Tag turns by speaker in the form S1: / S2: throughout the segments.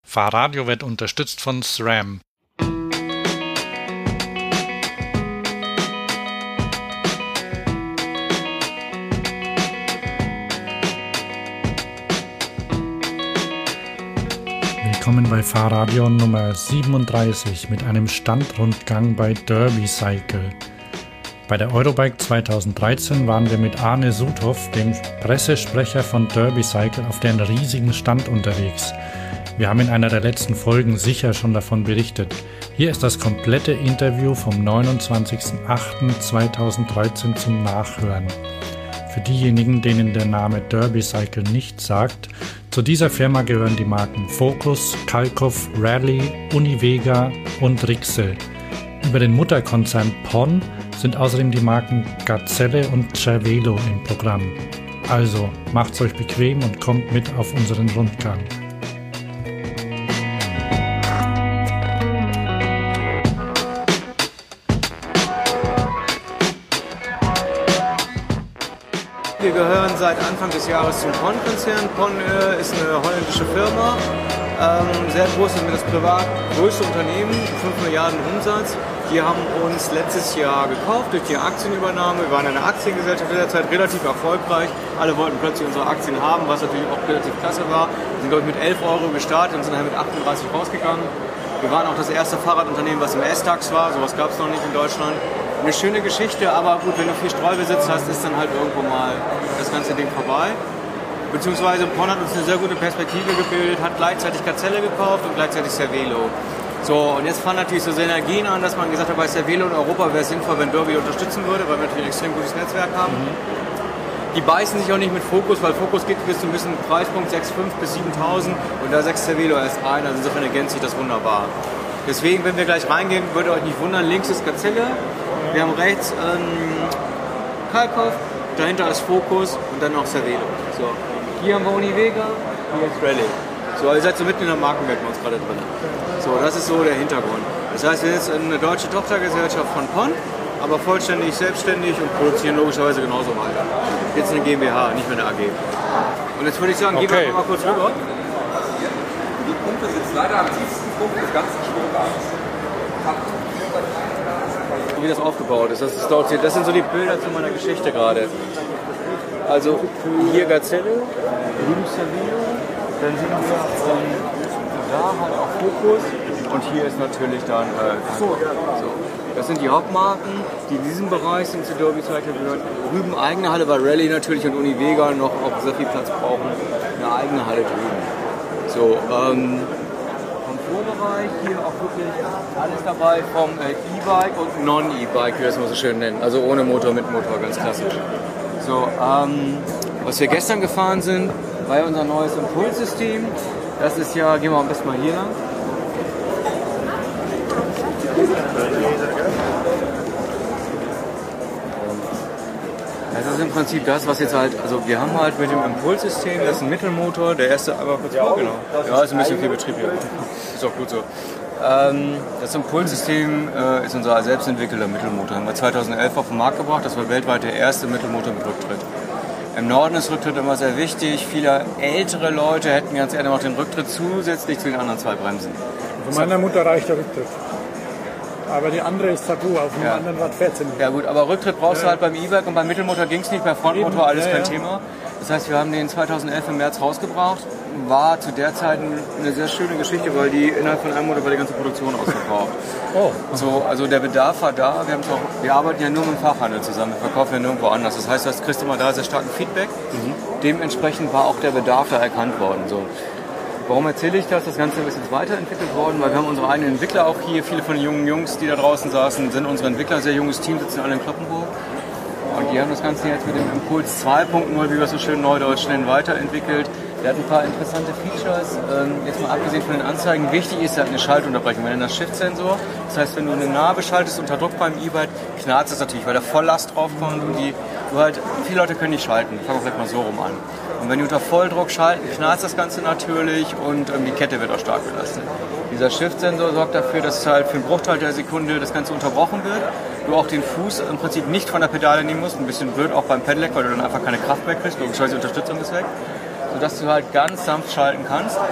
S1: Fahrradio wird unterstützt von SRAM. Willkommen bei Fahrradio Nummer 37 mit einem Standrundgang bei Derbycycle. Bei der Eurobike 2013 waren wir mit Arne Sudhoff, dem Pressesprecher von Derbycycle, auf deren riesigen Stand unterwegs. Wir haben in einer der letzten Folgen sicher schon davon berichtet. Hier ist das komplette Interview vom 29.08.2013 zum Nachhören. Für diejenigen, denen der Name Derbycycle nicht sagt, zu dieser Firma gehören die Marken Focus, Kalkoff, Rally, Univega und Rixel. Über den Mutterkonzern PON sind außerdem die Marken Gazelle und Cervelo im Programm. Also macht's euch bequem und kommt mit auf unseren Rundgang.
S2: Wir gehören seit Anfang des Jahres zum PON-Konzern. PON ist eine holländische Firma, sehr groß, ist das privat größte Unternehmen, 5 Milliarden Umsatz. Die haben uns letztes Jahr gekauft durch die Aktienübernahme. Wir waren eine Aktiengesellschaft in der Zeit, relativ erfolgreich. Alle wollten plötzlich unsere Aktien haben, was natürlich auch relativ klasse war. Wir sind, glaube ich, mit 11 Euro gestartet und sind nachher mit 38 rausgegangen. Wir waren auch das erste Fahrradunternehmen, was im S-DAX war. Sowas gab es noch nicht in Deutschland. Eine schöne Geschichte, aber gut, wenn du viel Streubesitz hast, ist dann halt irgendwo mal das ganze Ding vorbei. Beziehungsweise PON hat uns eine sehr gute Perspektive gebildet, hat gleichzeitig Gazelle gekauft und gleichzeitig Cervelo. So, und jetzt fangen natürlich so Synergien an, dass man gesagt hat, bei Cervelo in Europa wäre es sinnvoll, wenn Derby unterstützen würde, weil wir natürlich ein extrem gutes Netzwerk haben. Die beißen sich auch nicht mit Focus, weil Focus geht bis zu einem bisschen Preispunkt 6.500 bis 7.000 und da 6 Cervelo erst ein, also insofern ergänzt sich das wunderbar. Deswegen, wenn wir gleich reingehen, würdet ihr euch nicht wundern, links ist Gazelle, wir haben rechts Kalkoff, dahinter ist Focus und dann noch Cervelo. So, hier haben wir Univega, hier ist Rally. So, ihr seid so mitten in der Markenwelt bei uns gerade drin. So, das ist so der Hintergrund. Das heißt, wir sind eine deutsche Tochtergesellschaft von PON, aber vollständig selbstständig und produzieren logischerweise genauso weiter. Jetzt eine GmbH, nicht mehr eine AG. Und jetzt würde ich sagen, gehen wir mal kurz rüber.
S3: Die Pumpe sitzt leider am tiefsten Punkt des ganzen Schwungbahnhofs.
S2: Wie das aufgebaut ist, das sind so die Bilder zu meiner Geschichte gerade. Also hier Gazelle, drüben Cervelo, dann sehen wir da halt auch Focus und hier ist natürlich dann so. Das sind die Hauptmarken, die in diesem Bereich sind zu Derbycycle gehören. Drüben eigene Halle, weil Rally natürlich und Univega noch auch sehr viel Platz brauchen. Eine eigene Halle drüben. So, Komfortbereich, hier auch wirklich alles dabei vom E-Bike und Non-E-Bike, wie wir das mal so schön nennen. Also ohne Motor, mit Motor, ganz klassisch. So, was wir gestern gefahren sind, war ja unser neues Impulssystem. Das ist ja, gehen wir am besten mal hier lang. Das ist im Prinzip das, was jetzt halt, also wir haben halt mit dem Impulssystem, das ist ein Mittelmotor, der erste, aber kurz vor, genau. Ja, ist ein bisschen viel Betrieb hier. Ist auch gut so. Das Impulssystem ist unser selbstentwickelter Mittelmotor. Haben wir 2011 auf den Markt gebracht. Das war weltweit der erste Mittelmotor mit Rücktritt. Im Norden ist Rücktritt immer sehr wichtig. Viele ältere Leute hätten ganz gerne noch den Rücktritt zusätzlich zu den anderen 2 Bremsen.
S4: Von meiner Mutter reicht der Rücktritt. Aber die andere ist tabu, auf dem anderen Rad fährt sie nicht.
S2: Ja gut, aber Rücktritt brauchst du halt beim E-Bike und beim Mittelmotor ging es nicht, bei Frontmotor alles kein Thema. Das heißt, wir haben den 2011 im März rausgebracht. War zu der Zeit eine sehr schöne Geschichte, weil die innerhalb von einem Monat war die ganze Produktion ausverkauft. Oh. So, also der Bedarf war da. Wir arbeiten ja nur mit dem Fachhandel zusammen, wir verkaufen ja nirgendwo anders. Das heißt, du kriegst immer da sehr starken Feedback. Dementsprechend war auch der Bedarf da erkannt worden. So. Warum erzähle ich das? Das Ganze ist jetzt weiterentwickelt worden, weil wir haben unsere eigenen Entwickler auch hier. Viele von den jungen Jungs, die da draußen saßen, sind unsere Entwickler. Sehr junges Team, sitzen alle in Kloppenburg. Und die haben das Ganze jetzt mit dem Impuls 2.0, wie wir es so schön neudeutsch nennen, weiterentwickelt. Der hat ein paar interessante Features. Jetzt mal abgesehen von den Anzeigen, wichtig ist halt eine Schaltunterbrechung. Wir nennen das Shift-Sensor. Das heißt, wenn du eine Narbe schaltest unter Druck beim E-Bike, knarzt es natürlich, weil da Volllast draufkommt und viele Leute können nicht schalten. Fangen wir vielleicht mal so rum an. Und wenn die unter Volldruck schalten, knarzt das Ganze natürlich und die Kette wird auch stark belastet. Dieser Shift-Sensor sorgt dafür, dass halt für einen Bruchteil der Sekunde das Ganze unterbrochen wird. Du auch den Fuß im Prinzip nicht von der Pedale nehmen musst. Ein bisschen blöd auch beim Pedelec, weil du dann einfach keine Kraft mehr kriegst. Logischerweise die Unterstützung ist weg. Sodass du halt ganz sanft schalten kannst.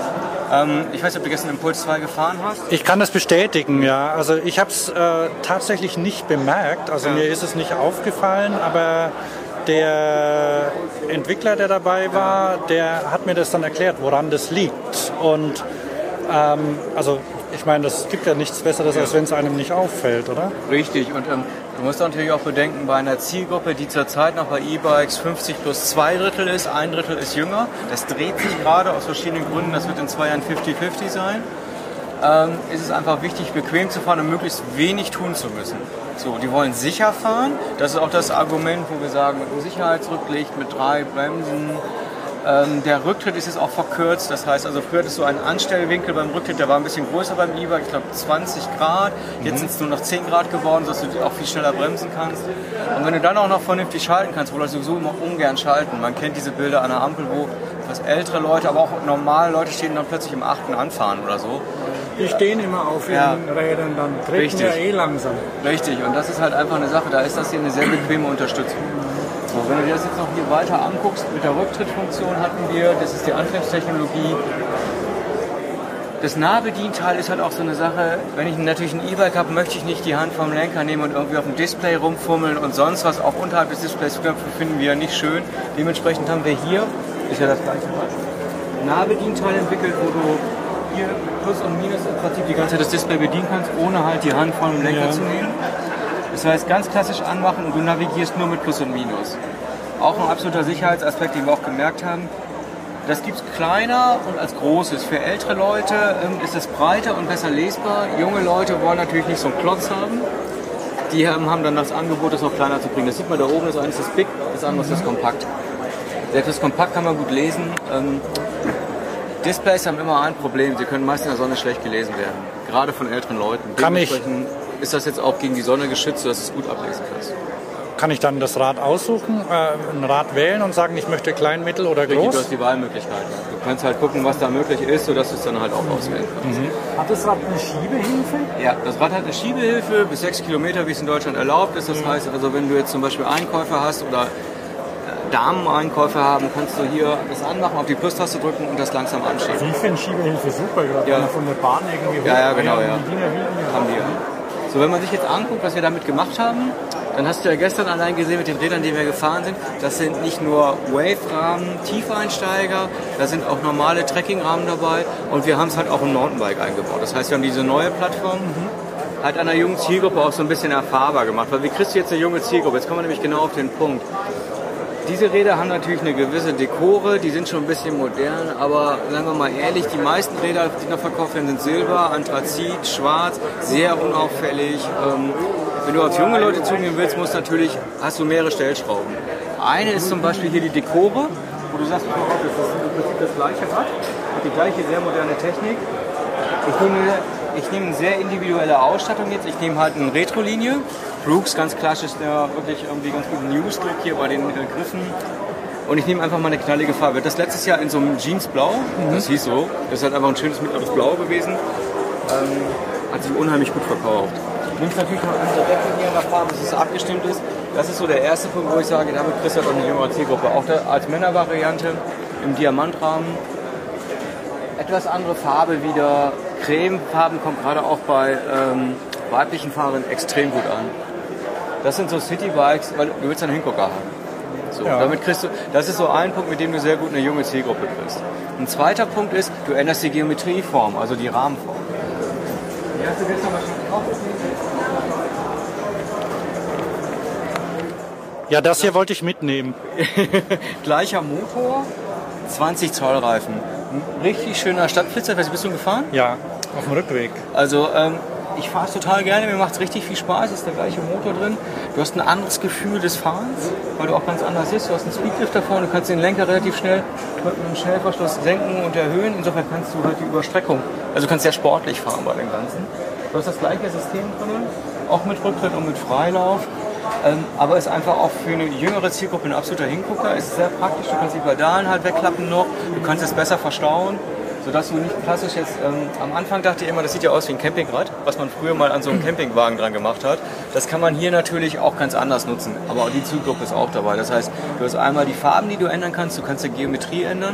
S2: Ich weiß nicht, ob du gestern Impuls 2 gefahren hast.
S1: Ich kann das bestätigen, ja. Also ich habe es tatsächlich nicht bemerkt. Also mir ist es nicht aufgefallen, aber der Entwickler, der dabei war, der hat mir das dann erklärt, woran das liegt. Und also ich meine, das gibt ja nichts Besseres, als wenn es einem nicht auffällt, oder?
S2: Richtig. Und du musst natürlich auch bedenken, bei einer Zielgruppe, die zurzeit noch bei E-Bikes 50 plus 2/3 ist, 1/3 ist jünger. Das dreht sich gerade aus verschiedenen Gründen. Das wird in 2 Jahren 50-50 sein. Ist es einfach wichtig, bequem zu fahren und möglichst wenig tun zu müssen. So, die wollen sicher fahren. Das ist auch das Argument, wo wir sagen, mit einem Sicherheitsrücklicht, mit 3 Bremsen. Der Rücktritt ist jetzt auch verkürzt, das heißt, also früher hattest du einen Anstellwinkel beim Rücktritt, der war ein bisschen größer beim E-Bike, ich glaube 20 Grad, jetzt sind es nur noch 10 Grad geworden, sodass du auch viel schneller bremsen kannst. Und wenn du dann auch noch vernünftig schalten kannst, wo Leute sowieso immer ungern schalten, man kennt diese Bilder an der Ampel, wo etwas ältere Leute, aber auch normale Leute stehen dann plötzlich im 8. anfahren oder so.
S4: Die stehen immer auf ihren Rädern, dann treten ja eh langsam.
S2: Richtig, und das ist halt einfach eine Sache, da ist das hier eine sehr bequeme Unterstützung. So, wenn du dir das jetzt noch hier weiter anguckst, mit der Rücktrittfunktion hatten wir, das ist die Antriebstechnologie. Das Nahbedienteil ist halt auch so eine Sache, wenn ich natürlich ein E-Bike habe, möchte ich nicht die Hand vom Lenker nehmen und irgendwie auf dem Display rumfummeln und sonst was, auch unterhalb des Displays finden wir nicht schön. Dementsprechend haben wir hier, ist ja das gleiche, Nahbedienteil entwickelt, wo du hier Plus und Minus im Prinzip die ganze Zeit das Display bedienen kannst, ohne halt die Hand vom Lenker zu nehmen. Das heißt, ganz klassisch anmachen und du navigierst nur mit Plus und Minus. Auch ein absoluter Sicherheitsaspekt, den wir auch gemerkt haben. Das gibt es kleiner und als großes. Für ältere Leute ist es breiter und besser lesbar. Junge Leute wollen natürlich nicht so einen Klotz haben. Die haben dann das Angebot, das noch kleiner zu bringen. Das sieht man da oben, das eine ist das Big, das andere ist das Kompakt. Selbst das Kompakt kann man gut lesen. Displays haben immer ein Problem, sie können meist in der Sonne schlecht gelesen werden. Gerade von älteren Leuten. Dementsprechend ist das jetzt auch gegen die Sonne geschützt, sodass du es gut ablesen kannst.
S1: Kann ich dann das Rad aussuchen, ein Rad wählen und sagen, ich möchte klein, mittel oder groß?
S2: Du hast die Wahlmöglichkeiten. Du kannst halt gucken, was da möglich ist, sodass du es dann halt auch auswählen kannst.
S4: Hat das Rad eine Schiebehilfe?
S2: Ja, das Rad hat eine Schiebehilfe bis 6 Kilometer, wie es in Deutschland erlaubt ist. Das heißt, also wenn du jetzt zum Beispiel Einkäufe hast oder Damen-Einkäufe haben, kannst du hier das anmachen, auf die Plus-Taste drücken und das langsam anschieben.
S4: Ich finde Schiebehilfe super, gerade wenn man von der Bahn irgendwie hoch.
S2: Ja, genau, ja.
S4: Haben
S2: die ja. So, wenn man sich jetzt anguckt, was wir damit gemacht haben, dann hast du ja gestern allein gesehen mit den Rädern, die wir gefahren sind, das sind nicht nur Wave-Rahmen, Tiefeinsteiger, da sind auch normale Trekking-Rahmen dabei und wir haben es halt auch im Mountainbike eingebaut. Das heißt, wir haben diese neue Plattform halt einer jungen Zielgruppe auch so ein bisschen erfahrbar gemacht, weil wie kriegst du jetzt eine junge Zielgruppe? Jetzt kommen wir nämlich genau auf den Punkt. Diese Räder haben natürlich eine gewisse Dekore, die sind schon ein bisschen modern, aber sagen wir mal ehrlich, die meisten Räder, die noch verkauft werden, sind Silber, Anthrazit, Schwarz, sehr unauffällig. Wenn du auf junge Leute zugehen willst, hast du mehrere Stellschrauben. Eine ist zum Beispiel hier die Dekore, wo du sagst, das ist im Prinzip das gleiche Rad, hat die gleiche sehr moderne Technik. Ich nehme eine sehr individuelle Ausstattung jetzt, ich nehme halt eine Retro-Linie. Brooks, ganz klassisch, der wirklich irgendwie ganz guten News-Look hier bei den Griffen. Und ich nehme einfach mal eine knallige Farbe. Das letztes Jahr in so einem Jeansblau, das hieß so. Das ist halt einfach ein schönes mittleres Blau gewesen. Hat sich unheimlich gut verkauft. Du nimmst natürlich noch andere Decken hier in der Farbe, dass es abgestimmt ist. Das ist so der erste Punkt, wo ich sage, damit kriegst du halt auch eine jüngere Zielgruppe. Auch als Männervariante im Diamantrahmen. Etwas andere Farbe wieder. Cremefarben kommt gerade auch bei weiblichen Fahrern extrem gut an. Das sind so Citybikes, weil du willst einen Hingucker haben. So, damit kriegst du, das ist so ein Punkt, mit dem du sehr gut eine junge Zielgruppe kriegst. Ein zweiter Punkt ist, du änderst die Geometrieform, also die Rahmenform. Die hast du gestern wahrscheinlich auch gesehen.
S1: Ja, das hier wollte ich mitnehmen.
S2: Gleicher Motor, 20 Zoll Reifen. Richtig schöner Stadtflitzer. Bist du gefahren?
S1: Ja, auf dem Rückweg.
S2: Also ich fahre es total gerne, mir macht es richtig viel Spaß, ist der gleiche Motor drin. Du hast ein anderes Gefühl des Fahrens, weil du auch ganz anders bist. Du hast einen Speedlifter vorne, du kannst den Lenker relativ schnell mit einem Schnellverschluss senken und erhöhen. Insofern kannst du halt die Überstreckung, also du kannst sehr sportlich fahren bei dem Ganzen. Du hast das gleiche System drin, auch mit Rücktritt und mit Freilauf. Aber ist einfach auch für eine jüngere Zielgruppe ein absoluter Hingucker. Ist sehr praktisch, du kannst die Pedalen halt wegklappen noch, du kannst es besser verstauen, sodass du nicht klassisch jetzt, am Anfang dachte ich immer, das sieht ja aus wie ein Campingrad, was man früher mal an so einem Campingwagen dran gemacht hat. Das kann man hier natürlich auch ganz anders nutzen, aber auch die Zielgruppe ist auch dabei. Das heißt, du hast einmal die Farben, die du ändern kannst, du kannst die Geometrie ändern.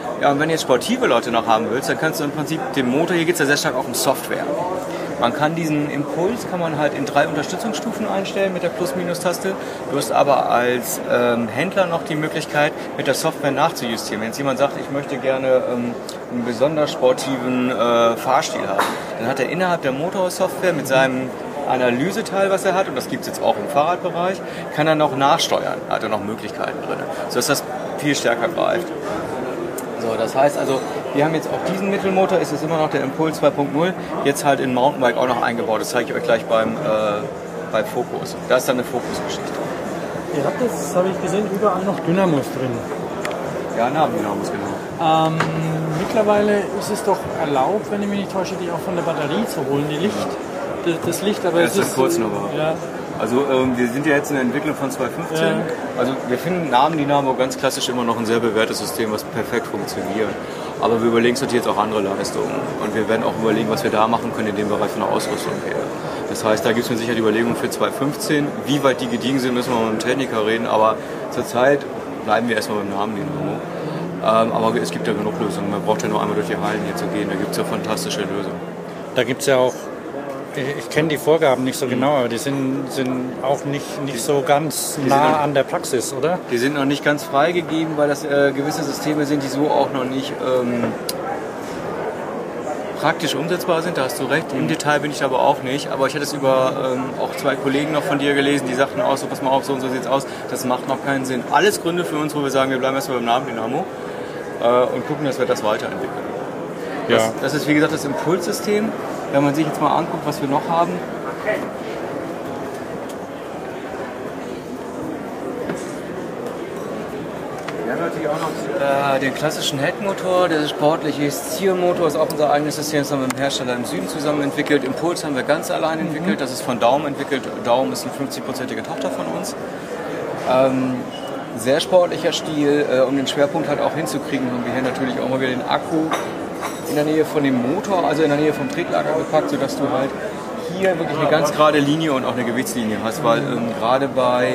S2: Ja, und wenn du jetzt sportive Leute noch haben willst, dann kannst du im Prinzip den Motor, hier geht es ja sehr stark auch um Software. Man kann diesen Impuls halt in 3 Unterstützungsstufen einstellen mit der Plus-Minus-Taste. Du hast aber als Händler noch die Möglichkeit, mit der Software nachzujustieren. Wenn jetzt jemand sagt, ich möchte gerne einen besonders sportiven Fahrstil haben, dann hat er innerhalb der Motorsoftware mit seinem Analyseteil, was er hat, und das gibt es jetzt auch im Fahrradbereich, kann er noch nachsteuern, hat er noch Möglichkeiten drin, sodass das viel stärker greift. So, das heißt also, wir haben jetzt auf diesen Mittelmotor, ist es immer noch der Impuls 2.0, jetzt halt in Mountainbike auch noch eingebaut. Das zeige ich euch gleich beim Focus. Da ist dann eine Fokusgeschichte.
S4: Ihr habt jetzt, habe ich gesehen, überall noch Dynamos drin.
S2: Ja, Nabendynamos, genau.
S4: Mittlerweile ist es doch erlaubt, wenn ich mich nicht täusche, die auch von der Batterie zu holen, das Licht, aber
S2: es ist kurz noch.
S4: Ja.
S2: Also wir sind ja jetzt in der Entwicklung von 2.15. Ja. Also wir finden Nabendynamo ganz klassisch immer noch ein sehr bewährtes System, was perfekt funktioniert. Aber wir überlegen uns natürlich jetzt auch andere Leistungen. Und wir werden auch überlegen, was wir da machen können in dem Bereich von der Ausrüstung her. Das heißt, da gibt es mir sicher die Überlegungen für 2.15. Wie weit die gediegen sind, müssen wir mal mit dem Techniker reden. Aber zurzeit bleiben wir erstmal beim Nabendynamo. Aber es gibt ja genug Lösungen. Man braucht ja nur einmal durch die Hallen hier zu gehen. Da gibt es ja fantastische Lösungen.
S1: Da gibt es ja auch, ich kenne die Vorgaben nicht so genau, aber die sind auch nicht so ganz nah an der Praxis, oder?
S2: Die sind noch nicht ganz freigegeben, weil das gewisse Systeme sind, die so auch noch nicht praktisch umsetzbar sind. Da hast du recht. Im Detail bin ich aber auch nicht. Aber ich hatte es über auch 2 Kollegen noch von dir gelesen, die sagten auch so, pass mal auf, so und so sieht es aus. Das macht noch keinen Sinn. Alles Gründe für uns, wo wir sagen, wir bleiben erstmal beim Nabendynamo und gucken, dass wir das weiterentwickeln.
S1: Ja.
S2: Das ist, wie gesagt, das Impulssystem. Wenn man sich jetzt mal anguckt, was wir noch haben. Wir haben natürlich auch noch den klassischen Heckmotor, der sportlich ist. Ziermotor ist auch unser eigenes System, das haben wir mit dem Hersteller im Süden zusammen entwickelt. Impuls haben wir ganz allein entwickelt, das ist von Daum entwickelt. Daum ist eine 50-prozentige Tochter von uns. Sehr sportlicher Stil, um den Schwerpunkt halt auch hinzukriegen, haben wir hier natürlich auch mal wieder den Akku in der Nähe von dem Motor, also in der Nähe vom Tretlager gepackt, sodass du halt hier wirklich eine ganz gerade Linie und auch eine Gewichtslinie hast, weil gerade bei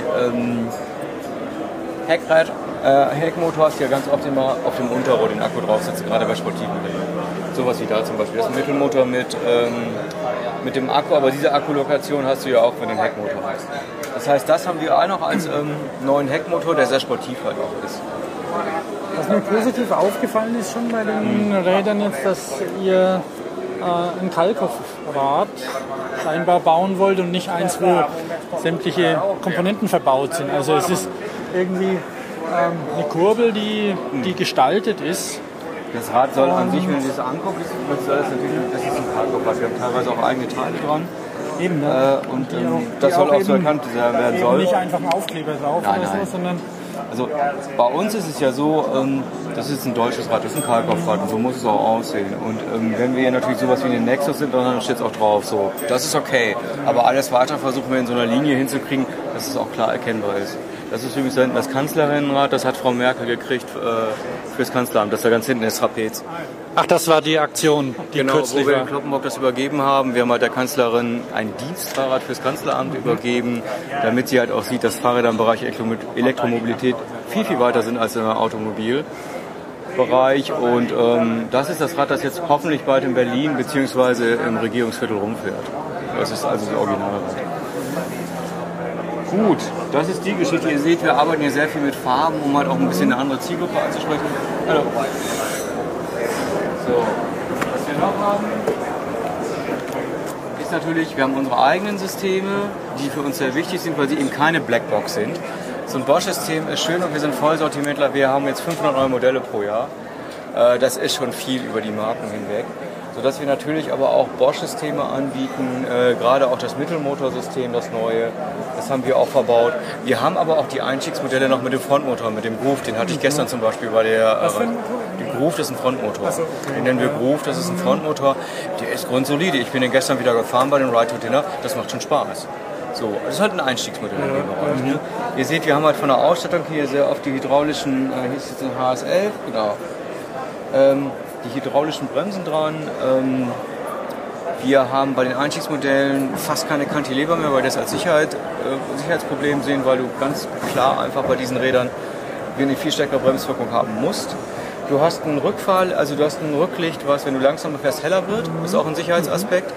S2: Heckmotor hast du ja ganz oft immer auf dem Unterrohr den Akku drauf sitzen, gerade bei sportiven Rennen. Sowas wie da zum Beispiel. Das ist ein Mittelmotor mit dem Akku, aber diese Akkulokation hast du ja auch, wenn du einen Heckmotor hast. Das heißt, das haben wir auch noch als neuen Heckmotor, der sehr sportiv halt auch ist.
S4: Was mir positiv aufgefallen ist schon bei den Rädern jetzt, dass ihr ein Kalkow-Rad scheinbar bauen wollt und nicht eins, wo sämtliche Komponenten verbaut sind. Also es ist irgendwie eine Kurbel, die gestaltet ist.
S2: Das Rad soll an sich, wenn du das anguckst, das ist ein Kalkow-Rad. Wir haben teilweise auch eigene Teile dran.
S4: Eben, ne?
S2: Und das soll auch so erkannt werden soll.
S4: Nicht einfach ein Aufkleber drauf
S2: nein,
S4: oder so, sondern...
S2: Also bei uns ist es ja so, das ist ein deutsches Rad, das ist ein Kalkow-Rad und so muss es auch aussehen. Und wenn wir natürlich sowas wie eine Nexus sind, dann steht es auch drauf, so. Das ist okay. Aber alles weiter versuchen wir in so einer Linie hinzukriegen, dass es auch klar erkennbar ist. Das ist übrigens das Kanzlerinnenrad, das hat Frau Merkel gekriegt fürs Kanzleramt. Das ist da ganz hinten, das Trapez.
S1: Ach, das war die Aktion, die
S2: genau,
S1: kürzlich
S2: wo wir
S1: war.
S2: in Kloppenburg das übergeben haben. Wir haben halt der Kanzlerin ein Dienstfahrrad fürs Kanzleramt übergeben, damit sie halt auch sieht, dass Fahrräder im Bereich Elektromobilität viel, viel weiter sind als im Automobilbereich. Und das ist das Rad, das jetzt hoffentlich bald in Berlin bzw. im Regierungsviertel rumfährt. Das ist also das Originalrad. Gut, das ist die Geschichte. Ihr seht, wir arbeiten hier sehr viel mit Farben, um halt auch ein bisschen eine andere Zielgruppe anzusprechen. Hallo. So, was wir noch haben, ist natürlich, wir haben unsere eigenen Systeme, die für uns sehr wichtig sind, weil sie eben keine Blackbox sind. So ein Bosch-System ist schön und wir sind Vollsortimentler. Wir haben jetzt 500 neue Modelle pro Jahr. Das ist schon viel über die Marken hinweg. Sodass wir natürlich aber auch Bosch-Systeme anbieten, gerade auch das Mittelmotorsystem, das neue, das haben wir auch verbaut. Wir haben aber auch die Einstiegsmodelle noch mit dem Frontmotor, mit dem Groove, den hatte ich gestern zum Beispiel bei der... Der Groove, das ist ein Frontmotor. Also, okay. Den nennen wir Groove, das ist ein Frontmotor, der ist grundsolide. Ich bin den gestern wieder gefahren bei dem Ride to Dinner, das macht schon Spaß. So, das ist halt ein Einstiegsmodell in dem Bereich. Ne? Ihr seht, wir haben halt von der Ausstattung hier sehr oft die hydraulischen, hier ist jetzt ein HS11, genau. Die hydraulischen Bremsen dran. Wir haben bei den Einstiegsmodellen fast keine Cantilever mehr, weil wir das als Sicherheitsproblem sehen, weil du ganz klar einfach bei diesen Rädern eine viel stärkere Bremswirkung haben musst. Du hast einen Rückfall, also du hast ein Rücklicht, was, wenn du langsamer fährst, heller wird. Ist auch ein Sicherheitsaspekt.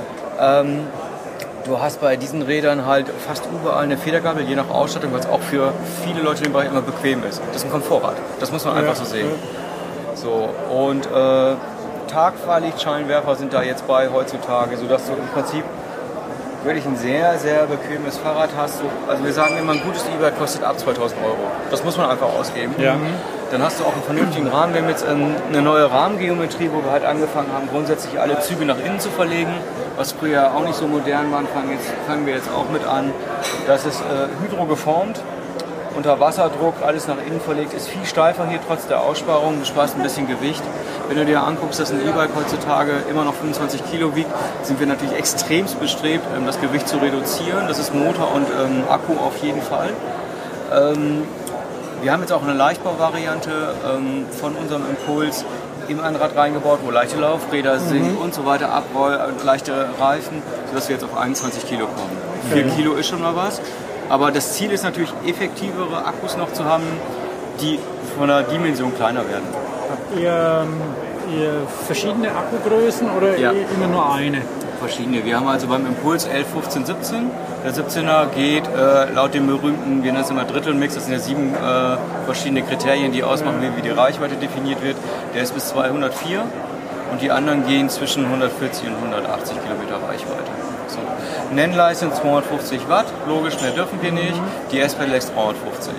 S2: Du hast bei diesen Rädern halt fast überall eine Federgabel, je nach Ausstattung, was auch für viele Leute in dem Bereich immer bequem ist. Das ist ein Komfortrad. Das muss man einfach so sehen. So, und Tagfahrlichtscheinwerfer sind da jetzt bei heutzutage, sodass du im Prinzip wirklich ein sehr, sehr bequemes Fahrrad hast. Also wir sagen immer, ein gutes E-Bike kostet ab 2.000 €. Das muss man einfach ausgeben.
S1: Ja.
S2: Dann hast du auch einen vernünftigen Rahmen. Wir haben jetzt eine neue Rahmengeometrie, wo wir halt angefangen haben, grundsätzlich alle Züge nach innen zu verlegen, was früher auch nicht so modern war. Fangen wir jetzt auch mit an. Das ist hydrogeformt, unter Wasserdruck, alles nach innen verlegt, ist viel steifer hier trotz der Aussparung, du sparst ein bisschen Gewicht. Wenn du dir anguckst, dass ein E-Bike heutzutage immer noch 25 Kilo wiegt, sind wir natürlich extremst bestrebt, das Gewicht zu reduzieren. Das ist Motor und Akku auf jeden Fall. Wir haben jetzt auch eine Leichtbauvariante von unserem Impuls im Anrad reingebaut, wo leichte Laufräder sind und so weiter, leichte Reifen, sodass wir jetzt auf 21 Kilo kommen. 4 Kilo ist schon mal was. Aber das Ziel ist natürlich, effektivere Akkus noch zu haben, die von der Dimension kleiner werden.
S4: Habt ihr verschiedene Akkugrößen oder immer nur eine?
S2: Verschiedene. Wir haben also beim Impuls 11, 15, 17. Der 17er geht laut dem berühmten, wir nennen es immer Drittelmix, das sind ja 7 verschiedene Kriterien, die ausmachen, wie die Reichweite definiert wird. Der ist bis 204 und die anderen gehen zwischen 140 und 180 Kilometer Reichweite. So. Nennleiste sind 250 Watt, logisch, mehr dürfen wir nicht. Die S-Pedelec 350.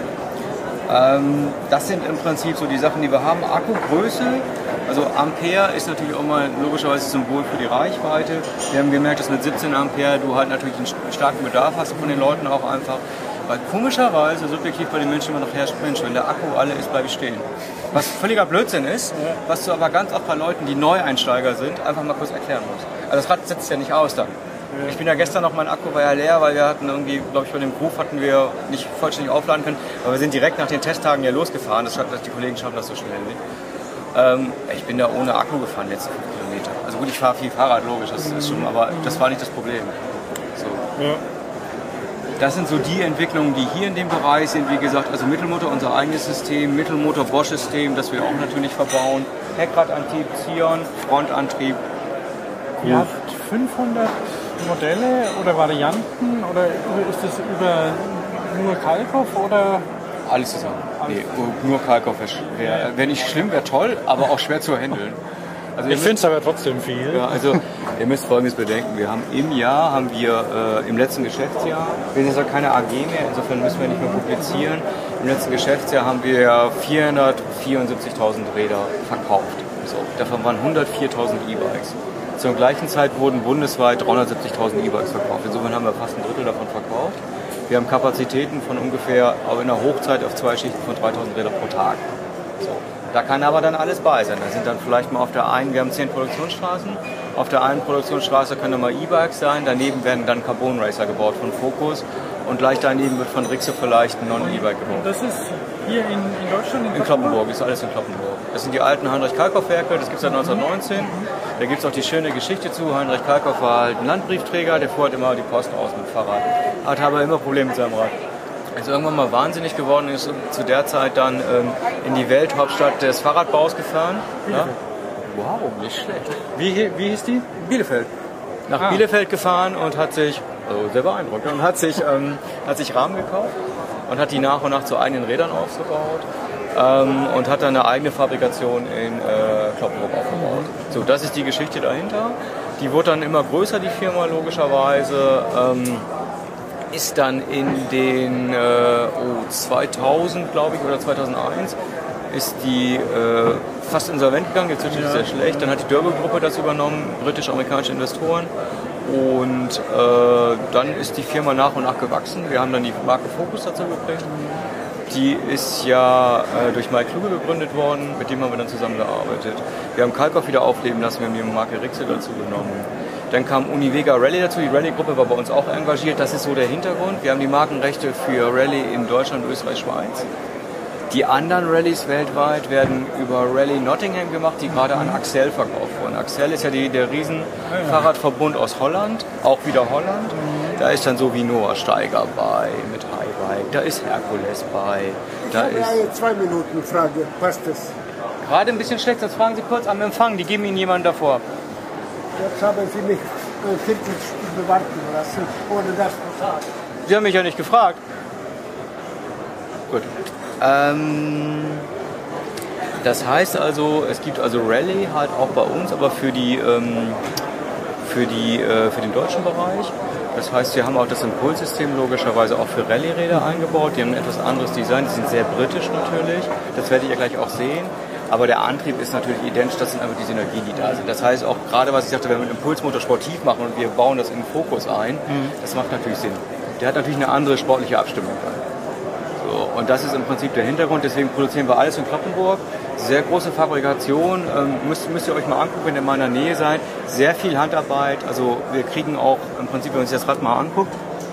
S2: Das sind im Prinzip so die Sachen, die wir haben. Akkugröße, also Ampere ist natürlich auch mal logischerweise Symbol für die Reichweite. Wir haben gemerkt, dass mit 17 Ampere du halt natürlich einen starken Bedarf hast von den Leuten auch einfach. Weil komischerweise subjektiv bei den Menschen immer noch herrscht, Mensch, wenn der Akku alle ist, bleibe ich stehen. Was völliger Blödsinn ist, was du aber ganz oft bei Leuten, die Neueinsteiger sind, einfach mal kurz erklären musst. Also das Rad setzt ja nicht aus dann. Ich bin ja gestern noch, mein Akku war ja leer, weil wir hatten irgendwie, glaube ich, bei dem Groove hatten wir nicht vollständig aufladen können, aber wir sind direkt nach den Testtagen ja losgefahren, die Kollegen schaffen das so schnell nicht. Ich bin da ohne Akku gefahren, letzte 5 Kilometer. Also gut, ich fahre viel Fahrrad, logisch, das ist schon, aber das war nicht das Problem. So. Ja. Das sind so die Entwicklungen, die hier in dem Bereich sind. Wie gesagt, also Mittelmotor unser eigenes System, Mittelmotor Bosch-System, das wir auch natürlich verbauen. Heckradantrieb, Zion, Frontantrieb.
S4: Ihr habt 500 Modelle oder Varianten oder ist das über nur Kalkoff oder?
S2: Alles zusammen. Nee, nur Kalkoff wäre nicht schlimm, wäre toll, aber auch schwer zu handeln.
S1: Also ich finde es aber trotzdem viel.
S2: Ja, also ihr müsst Folgendes bedenken. Wir haben im letzten Geschäftsjahr, wir sind ja keine AG mehr, insofern müssen wir nicht mehr publizieren. Im letzten Geschäftsjahr haben wir 474.000 Räder verkauft. So, davon waren 104.000 E-Bikes. Zur gleichen Zeit wurden bundesweit 370.000 E-Bikes verkauft. Insofern haben wir fast ein Drittel davon verkauft. Wir haben Kapazitäten von ungefähr, aber in der Hochzeit auf 2 Schichten von 3.000 Räder pro Tag. So. Da kann aber dann alles bei sein. Da sind dann vielleicht mal wir haben 10 Produktionsstraßen. Auf der einen Produktionsstraße können dann mal E-Bikes sein. Daneben werden dann Carbon Racer gebaut von Focus. Und gleich daneben wird von Rixe vielleicht ein Non-E-Bike gebaut.
S4: Und das ist hier in Deutschland?
S2: In Cloppenburg, ist alles in Cloppenburg. Das sind die alten Heinrich-Kalkoff-Werke, das gibt es seit 1919. Da gibt es auch die schöne Geschichte zu. Heinrich Kalkoff war halt ein Landbriefträger, der fuhr halt immer die Post aus mit dem Fahrrad. Hat aber immer Probleme mit seinem Rad. Als irgendwann mal wahnsinnig geworden ist, zu der Zeit dann in die Welthauptstadt des Fahrradbaus gefahren. Ja? Wow, nicht schlecht.
S1: Wie hieß die?
S2: Bielefeld. Nach Bielefeld gefahren und hat sich, also sehr beeindruckend, und hat sich Rahmen gekauft und hat die nach und nach zu eigenen Rädern aufgebaut und hat dann eine eigene Fabrikation in Cloppenburg aufgebaut. So, das ist die Geschichte dahinter. Die wurde dann immer größer, die Firma logischerweise. Ist dann in den 2000, glaube ich, oder 2001, ist die fast insolvent gegangen, jetzt ist es sehr schlecht. Dann hat die Dörbe-Gruppe das übernommen, britisch-amerikanische Investoren. Und dann ist die Firma nach und nach gewachsen. Wir haben dann die Marke Focus dazu gekriegt. Die ist ja durch Mike Kluge gegründet worden, mit dem haben wir dann zusammengearbeitet. Wir haben Kalkoff wieder aufleben lassen, wir haben die Marke Rixe dazu genommen. Dann kam Univega Rally dazu, die Rallye-Gruppe war bei uns auch engagiert, das ist so der Hintergrund. Wir haben die Markenrechte für Rallye in Deutschland, Österreich, Schweiz. Die anderen Rallyes weltweit werden über Rally Nottingham gemacht, die gerade an Axel verkauft wurden. Axel ist ja der riesen Fahrradverbund aus Holland, auch wieder Holland. Da ist dann so wie Noah Steiger bei mit Highbike, da ist Herkules bei.
S5: Ich habe eine 2 Minuten Frage, passt das?
S2: Gerade ein bisschen schlecht, sonst fragen Sie kurz am Empfang, die geben Ihnen jemanden davor.
S5: Jetzt haben Sie mich 40 Stunden warten lassen, ohne das zu sagen.
S2: Sie haben mich ja nicht gefragt. Gut. Das heißt also, es gibt also Rallye halt auch bei uns, aber für den deutschen Bereich. Das heißt, wir haben auch das Impulssystem logischerweise auch für Rallye-Räder eingebaut. Die haben ein etwas anderes Design, die sind sehr britisch natürlich. Das werdet ihr gleich auch sehen. Aber der Antrieb ist natürlich identisch, das sind einfach die Synergien, die da sind. Das heißt auch gerade, was ich sagte, wenn wir mit Impulsmotor sportiv machen und wir bauen das in den Fokus ein, das macht natürlich Sinn. Der hat natürlich eine andere sportliche Abstimmung dann. So, und das ist im Prinzip der Hintergrund, deswegen produzieren wir alles in Cloppenburg. Sehr große Fabrikation, müsst ihr euch mal angucken, wenn ihr in meiner Nähe seid. Sehr viel Handarbeit, also wir kriegen auch im Prinzip, wenn man sich das Rad mal anguckt,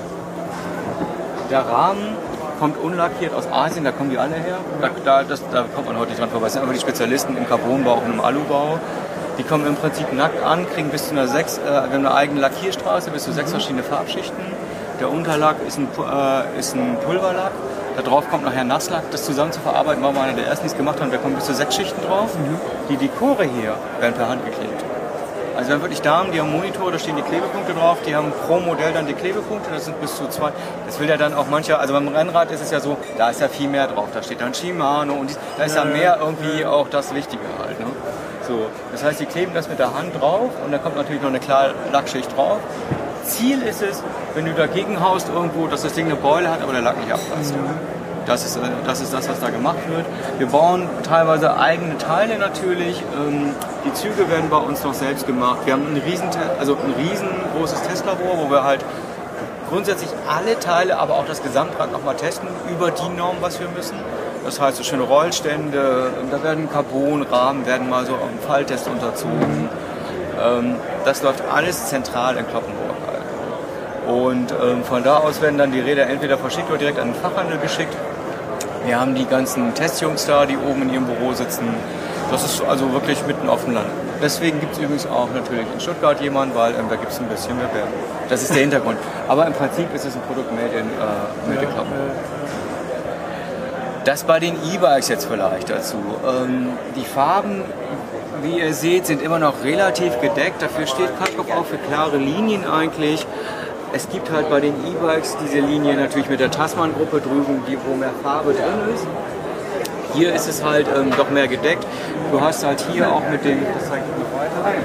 S2: der Rahmen kommt unlackiert aus Asien, da kommen die alle her. Da kommt man heute nicht dran vorbei. Das sind einfach die Spezialisten im Carbonbau und im Alubau. Die kommen im Prinzip nackt an, kriegen bis zu wir haben eine eigene Lackierstraße, bis zu 6 verschiedene Farbschichten. Der Unterlack ist ein Pulverlack. Da drauf kommt nachher Nasslack. Das zusammen zu verarbeiten war mal einer der ersten, die es gemacht haben. Da kommen bis zu 6 Schichten drauf. Die Dekore hier werden per Hand geklebt. Also wir haben wirklich Damen, die haben Monitore, da stehen die Klebepunkte drauf, die haben pro Modell dann die Klebepunkte, das sind bis zu 2. Das will ja dann auch mancher, also beim Rennrad ist es ja so, da ist ja viel mehr drauf, da steht dann Shimano und da ist ja mehr irgendwie auch das Wichtige halt. Ne? So, das heißt, die kleben das mit der Hand drauf und da kommt natürlich noch eine klare Lackschicht drauf. Ziel ist es, wenn du dagegen haust irgendwo, dass das Ding eine Beule hat, aber der Lack nicht abpasst. Das ist das, was da gemacht wird. Wir bauen teilweise eigene Teile natürlich. Die Züge werden bei uns noch selbst gemacht. Wir haben ein riesengroßes Testlabor, wo wir halt grundsätzlich alle Teile, aber auch das Gesamtrad nochmal testen über die Norm, was wir müssen. Das heißt, so schöne Rollstände, da werden Carbonrahmen, werden mal so auf einen Falltest unterzogen. Das läuft alles zentral in Cloppenburg halt. Und von da aus werden dann die Räder entweder verschickt oder direkt an den Fachhandel geschickt. Wir haben die ganzen Testjungs da, die oben in ihrem Büro sitzen. Das ist also wirklich mitten auf dem Land. Deswegen gibt es übrigens auch natürlich in Stuttgart jemanden, weil da gibt es ein bisschen mehr Werbung. Das ist der Hintergrund. Aber im Prinzip ist es ein Produkt made in Cloppenburg. Das bei den E-Bikes jetzt vielleicht dazu. Die Farben, wie ihr seht, sind immer noch relativ gedeckt. Dafür steht Kalkow auch für klare Linien eigentlich. Es gibt halt bei den E-Bikes diese Linie natürlich mit der Tasman-Gruppe drüben, wo mehr Farbe drin ist. Hier ist es halt doch mehr gedeckt. Du hast halt hier auch mit dem, das zeige ich mal weiter,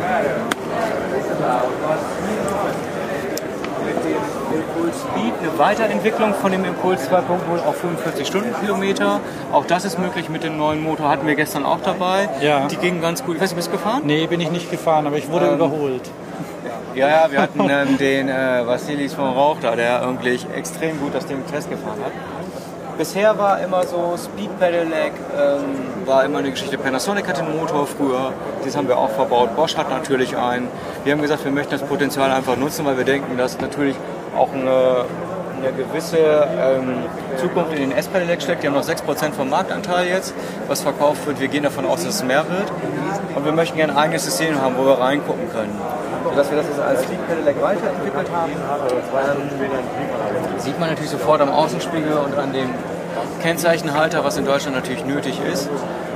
S2: mit dem Impuls Speed eine Weiterentwicklung von dem Impuls 2.0 auf 45 Stundenkilometer. Auch das ist möglich mit dem neuen Motor, hatten wir gestern auch dabei.
S4: Ja.
S2: Die gingen ganz gut. Ich weiß, du bist gefahren?
S4: Nee, bin ich nicht gefahren, aber ich wurde überholt.
S2: Ja, wir hatten den Vassilis von Rauch da, der irgendwie extrem gut das Ding Test gefahren hat. Bisher war immer so, Speed Pedelec war immer eine Geschichte. Panasonic hatte einen Motor früher, das haben wir auch verbaut. Bosch hat natürlich einen. Wir haben gesagt, wir möchten das Potenzial einfach nutzen, weil wir denken, dass natürlich auch eine gewisse Zukunft in den S-Pedelec steckt. Die haben noch 6% vom Marktanteil jetzt, was verkauft wird. Wir gehen davon aus, dass es mehr wird. Und wir möchten gerne ein eigenes System haben, wo wir reingucken können. Sodass wir das jetzt als Speed Pedelec weiterentwickelt haben. Sieht man natürlich sofort am Außenspiegel und an dem Kennzeichenhalter, was in Deutschland natürlich nötig ist.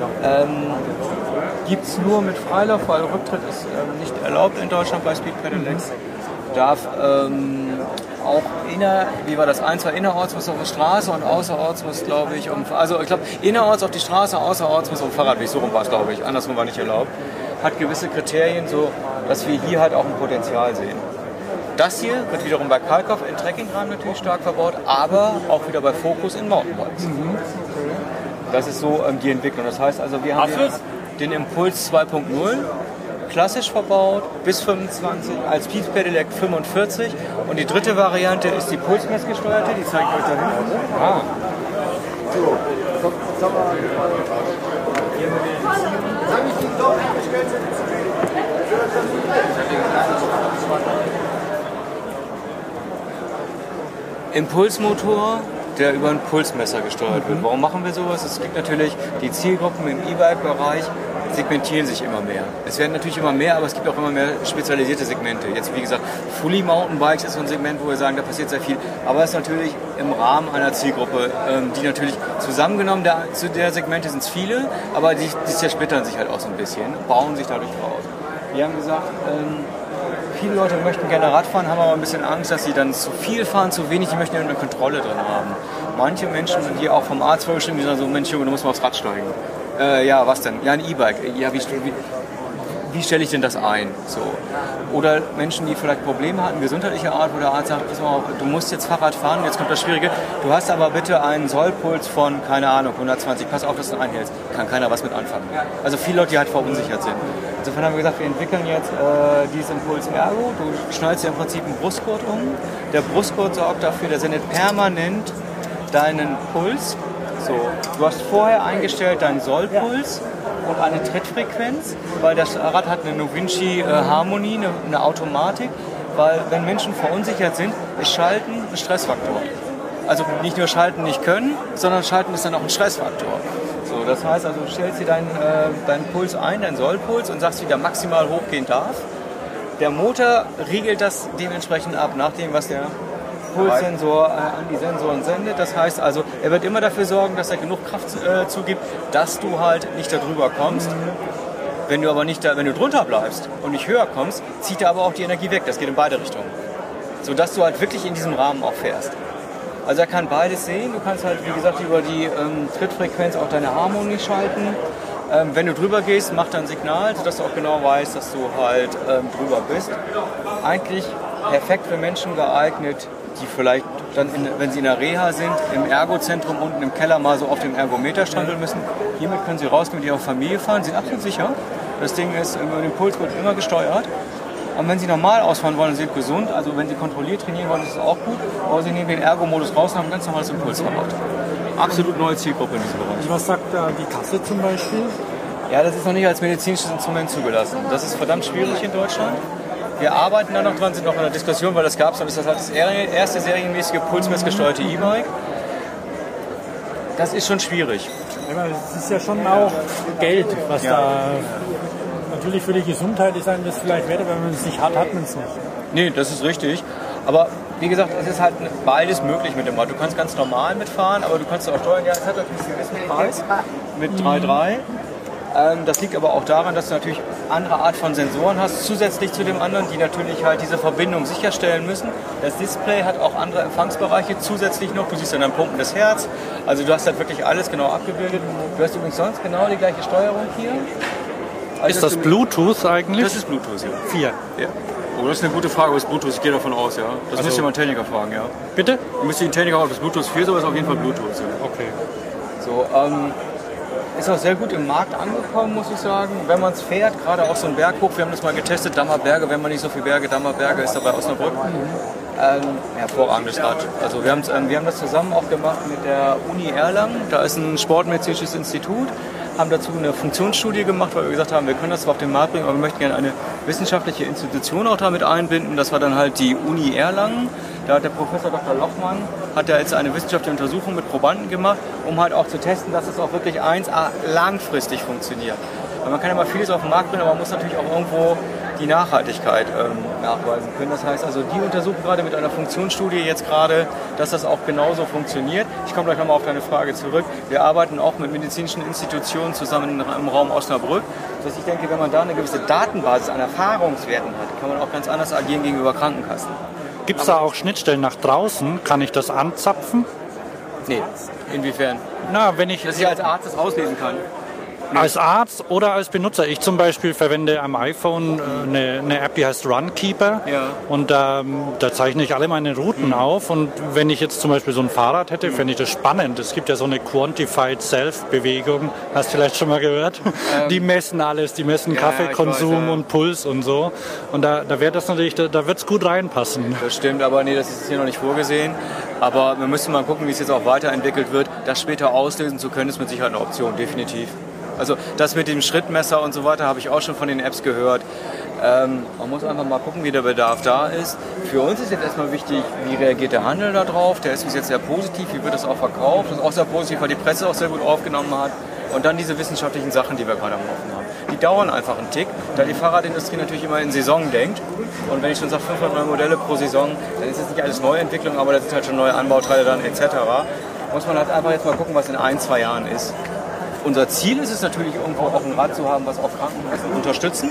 S2: Gibt es nur mit Freilauf, weil Rücktritt ist nicht erlaubt in Deutschland bei Speed Pedelecs. Darf auch wie war das, zwei innerorts muss auf die Straße und außerorts muss, glaube ich, also ich glaube innerorts auf die Straße, außerorts muss auf dem Fahrradweg, so rum war es, glaube ich, andersrum war nicht erlaubt. Hat gewisse Kriterien, so dass wir hier halt auch ein Potenzial sehen. Das hier wird wiederum bei Kalkow in Trekkingrahmen natürlich stark verbaut, aber auch wieder bei Focus in Mountainbikes. Das ist so die Entwicklung. Das heißt also, wir haben den Impuls 2.0 klassisch verbaut, bis 25, als Speed Pedelec 45 und die dritte Variante ist die pulsmessgesteuerte, die zeige ich euch da hinten. Impulsmotor, der über einen Pulsmesser gesteuert wird. Warum machen wir sowas? Es gibt natürlich die Zielgruppen im E-Bike-Bereich, segmentieren sich immer mehr. Es werden natürlich immer mehr, aber es gibt auch immer mehr spezialisierte Segmente. Jetzt wie gesagt, Fully Mountainbikes ist so ein Segment, wo wir sagen, da passiert sehr viel. Aber es ist natürlich im Rahmen einer Zielgruppe, die natürlich zusammengenommen, zu der Segmente sind es viele, aber die zersplittern sich halt auch so ein bisschen, bauen sich dadurch raus. Wir haben gesagt, viele Leute möchten gerne Rad fahren, haben aber ein bisschen Angst, dass sie dann zu viel fahren, zu wenig, die möchten eine Kontrolle drin haben. Manche Menschen, die auch vom Arzt vorgeschrieben, die sagen so, Mensch Junge, du musst mal aufs Rad steigen. Ja, was denn? Ja, ein E-Bike. Ja, wie stelle ich denn das ein? So. Oder Menschen, die vielleicht Probleme hatten, gesundheitlicher Art, wo der Arzt sagt, pass mal auf, du musst jetzt Fahrrad fahren, jetzt kommt das Schwierige. Du hast aber bitte einen Sollpuls von, keine Ahnung, 120. Pass auf, dass du einhältst. Kann keiner was mit anfangen. Also viele Leute, die halt verunsichert sind. Insofern haben wir gesagt, wir entwickeln jetzt dieses Impuls Ergo. Du schnallst dir im Prinzip einen Brustgurt um. Der Brustgurt sorgt dafür, der sendet permanent deinen Puls. So, du hast vorher eingestellt deinen Sollpuls und eine Trittfrequenz, weil das Rad hat eine Novinci Harmonie, eine Automatik, weil wenn Menschen verunsichert sind, ist Schalten ein Stressfaktor. Also nicht nur Schalten nicht können, sondern Schalten ist dann auch ein Stressfaktor. So, das heißt also, du stellst dir deinen Puls ein, deinen Sollpuls und sagst, wie der maximal hochgehen darf. Der Motor riegelt das dementsprechend ab, nach dem, was der Pulssensor an die Sensoren sendet. Das heißt also, er wird immer dafür sorgen, dass er genug Kraft zugibt, dass du halt nicht darüber kommst. Wenn du aber wenn du drunter bleibst und nicht höher kommst, zieht er aber auch die Energie weg. Das geht in beide Richtungen. Sodass du halt wirklich in diesem Rahmen auch fährst. Also er kann beides sehen. Du kannst halt, wie gesagt, über die Trittfrequenz auch deine Harmonie schalten. Wenn du drüber gehst, macht er ein Signal, sodass du auch genau weißt, dass du halt drüber bist. Eigentlich perfekt für Menschen geeignet, die vielleicht dann, wenn sie in der Reha sind, im Ergozentrum unten im Keller mal so auf den Ergometer strampeln müssen. Hiermit können sie rausgehen mit ihrer Familie fahren, sind absolut sicher. Das Ding ist, der Impuls wird immer gesteuert. Und wenn sie normal ausfahren wollen, sind gesund, also wenn sie kontrolliert trainieren wollen, ist es auch gut. Aber sie nehmen den Ergo-Modus raus und haben ein ganz normales Impulsfahrrad. Absolut neue Zielgruppe in diesem Bereich.
S4: Was sagt die Kasse zum Beispiel?
S2: Ja, das ist noch nicht als medizinisches Instrument zugelassen. Das ist verdammt schwierig in Deutschland. Wir arbeiten da noch dran, sind noch in der Diskussion, weil das gab es, dann ist das halt das erste serienmäßige pulsmessgesteuerte E-Bike. Das ist schon schwierig.
S4: Es ist ja schon auch Geld, was da natürlich für die Gesundheit ist einem das vielleicht wert, wenn man es nicht hat, hat man es nicht. Nee,
S2: das ist richtig. Aber wie gesagt, es ist halt beides möglich mit dem Rad. Du kannst ganz normal mitfahren, aber du kannst auch steuern. Ja, es hat natürlich einen gewissen Preis mit 3,3. Das liegt aber auch daran, dass du natürlich andere Art von Sensoren hast, zusätzlich zu dem anderen, die natürlich halt diese Verbindung sicherstellen müssen. Das Display hat auch andere Empfangsbereiche zusätzlich noch. Du siehst dann ein pumpendes Herz. Also du hast halt wirklich alles genau abgebildet. Du hast übrigens sonst genau die gleiche Steuerung hier.
S1: Also ist das Bluetooth eigentlich?
S2: Das ist Bluetooth, ja.
S1: 4.
S2: Ja. Oh, das ist eine gute Frage, ob es Bluetooth ist. Ich gehe davon aus, ja. Das
S1: also,
S2: müsst ihr mal einen Techniker fragen, ja.
S1: Bitte?
S2: Du müsst den Techniker fragen, ob das Bluetooth 4 ist, aber es ist auf jeden Fall Bluetooth. Ja.
S1: Okay.
S2: So, ist auch sehr gut im Markt angekommen, muss ich sagen. Wenn man es fährt, gerade auch so einen Berg hoch, wir haben das mal getestet, Dammerberge, wenn man nicht so viele Berge, Dammerberge ist dabei Osnabrück. Hervorragendes Rad. Also wir haben das zusammen auch gemacht mit der Uni Erlangen. Da ist ein sportmedizinisches Institut. Haben dazu eine Funktionsstudie gemacht, weil wir gesagt haben, wir können das zwar auf den Markt bringen, aber wir möchten gerne eine wissenschaftliche Institution auch damit einbinden. Das war dann halt die Uni Erlangen. Da hat der Professor Dr. Lochmann hat ja jetzt eine wissenschaftliche Untersuchung mit Probanden gemacht, um halt auch zu testen, dass es auch wirklich 1A langfristig funktioniert. Weil man kann ja mal vieles auf den Markt bringen, aber man muss natürlich auch irgendwo die Nachhaltigkeit nachweisen können. Das heißt also, die untersuchen gerade mit einer Funktionsstudie jetzt gerade, dass das auch genauso funktioniert. Ich komme gleich nochmal auf deine Frage zurück. Wir arbeiten auch mit medizinischen Institutionen zusammen im Raum Osnabrück. Das heißt, ich denke, wenn man da eine gewisse Datenbasis an Erfahrungswerten hat, kann man auch ganz anders agieren gegenüber Krankenkassen.
S1: Gibt es da auch Schnittstellen nach draußen? Kann ich das anzapfen?
S2: Nee. Inwiefern?
S1: Na, wenn ich...
S2: Dass ich als Arzt das auslesen kann.
S1: Als Arzt oder als Benutzer. Ich zum Beispiel verwende am iPhone eine App, die heißt Runkeeper.
S2: Ja.
S1: Und da zeichne ich alle meine Routen auf. Und wenn ich jetzt zum Beispiel so ein Fahrrad hätte, fände ich das spannend. Es gibt ja so eine Quantified Self-Bewegung. Hast du vielleicht schon mal gehört? Die messen alles. Die messen Kaffeekonsum und Puls und so. Und da wäre das natürlich, da wird es gut reinpassen.
S2: Das stimmt, aber nee, das ist hier noch nicht vorgesehen. Aber wir müssen mal gucken, wie es jetzt auch weiterentwickelt wird. Das später auslesen zu können, ist mit Sicherheit eine Option, definitiv. Also das mit dem Schrittmesser und so weiter habe ich auch schon von den Apps gehört. Man muss einfach mal gucken, wie der Bedarf da ist. Für uns ist jetzt erstmal wichtig, wie reagiert der Handel da drauf. Der ist bis jetzt sehr positiv, wie wird das auch verkauft. Das ist auch sehr positiv, weil die Presse auch sehr gut aufgenommen hat. Und dann diese wissenschaftlichen Sachen, die wir gerade am Laufen haben. die dauern einfach einen Tick, da die Fahrradindustrie natürlich immer in Saison denkt. Und wenn ich schon sage 500 neue Modelle pro Saison, dann ist das nicht alles Neuentwicklung, aber da sind halt schon neue Anbauteile dann etc. Muss man halt einfach jetzt mal gucken, was in 1-2 Jahren ist. Unser Ziel ist es natürlich, irgendwo auch ein Rad zu haben, was auch Krankenkassen unterstützen.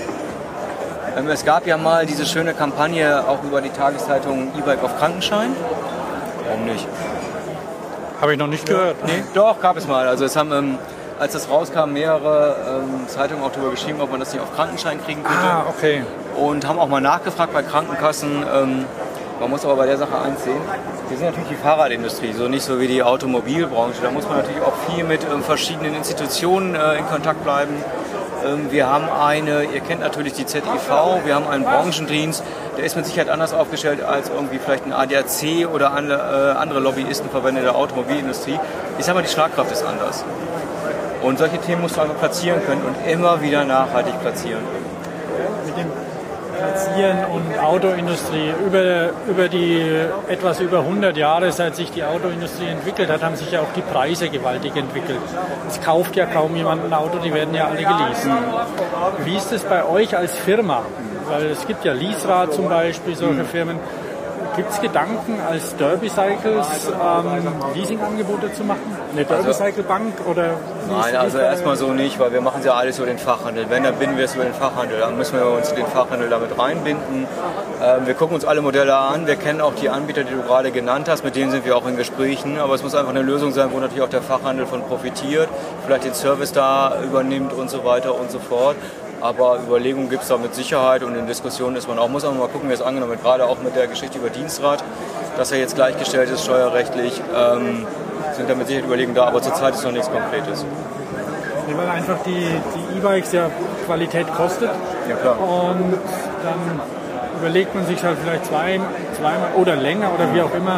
S2: Es gab ja mal diese schöne Kampagne auch über die Tageszeitung E-Bike auf Krankenschein. Warum nicht?
S1: Habe ich noch nicht gehört.
S2: Nee, doch, gab es mal. Also es haben, als das rauskam, mehrere Zeitungen auch darüber geschrieben, ob man das nicht auf Krankenschein kriegen könnte.
S1: Ah, okay.
S2: Und haben auch mal nachgefragt bei Krankenkassen. Man muss aber bei der Sache eins sehen, wir sind natürlich die Fahrradindustrie, so nicht so wie die Automobilbranche. Da muss man natürlich auch viel mit verschiedenen Institutionen in Kontakt bleiben. Wir haben ihr kennt natürlich die ZIV, wir haben einen Branchendienst, der ist mit Sicherheit anders aufgestellt als irgendwie vielleicht ein ADAC oder andere Lobbyistenverbände der Automobilindustrie. Ich sage mal, die Schlagkraft ist anders. Und solche Themen musst du einfach platzieren können und immer wieder nachhaltig platzieren.
S4: Mit dem Platzieren und Autoindustrie über die etwas über 100 Jahre, seit sich die Autoindustrie entwickelt hat, haben sich ja auch die Preise gewaltig entwickelt. Es kauft ja kaum jemand ein Auto, die werden ja alle geleast. Wie ist es bei euch als Firma? Weil es gibt ja Leaserad zum Beispiel, solche Firmen. Gibt es Gedanken, als Derby Cycles Leasingangebote zu machen? Eine Derby Cycle Bank oder?
S2: Nein, also erstmal so nicht, weil wir machen ja alles über den Fachhandel. Wenn, dann binden wir es über den Fachhandel. Dann müssen wir uns den Fachhandel damit reinbinden. Wir gucken uns alle Modelle an. Wir kennen auch die Anbieter, die du gerade genannt hast. Mit denen sind wir auch in Gesprächen. Aber es muss einfach eine Lösung sein, wo natürlich auch der Fachhandel von profitiert. Vielleicht den Service da übernimmt und so weiter und so fort. Aber Überlegungen gibt es da mit Sicherheit und in Diskussionen ist man auch, muss auch mal gucken, wie es angenommen wird, gerade auch mit der Geschichte über Dienstrat, dass er jetzt gleichgestellt ist, steuerrechtlich, sind da mit Sicherheit Überlegungen da, aber zurzeit ist noch nichts Konkretes.
S4: Ja, weil einfach die E-Bikes ja Qualität kostet.
S2: Ja, klar.
S4: Und dann überlegt man sich halt vielleicht zweimal oder länger oder wie auch immer.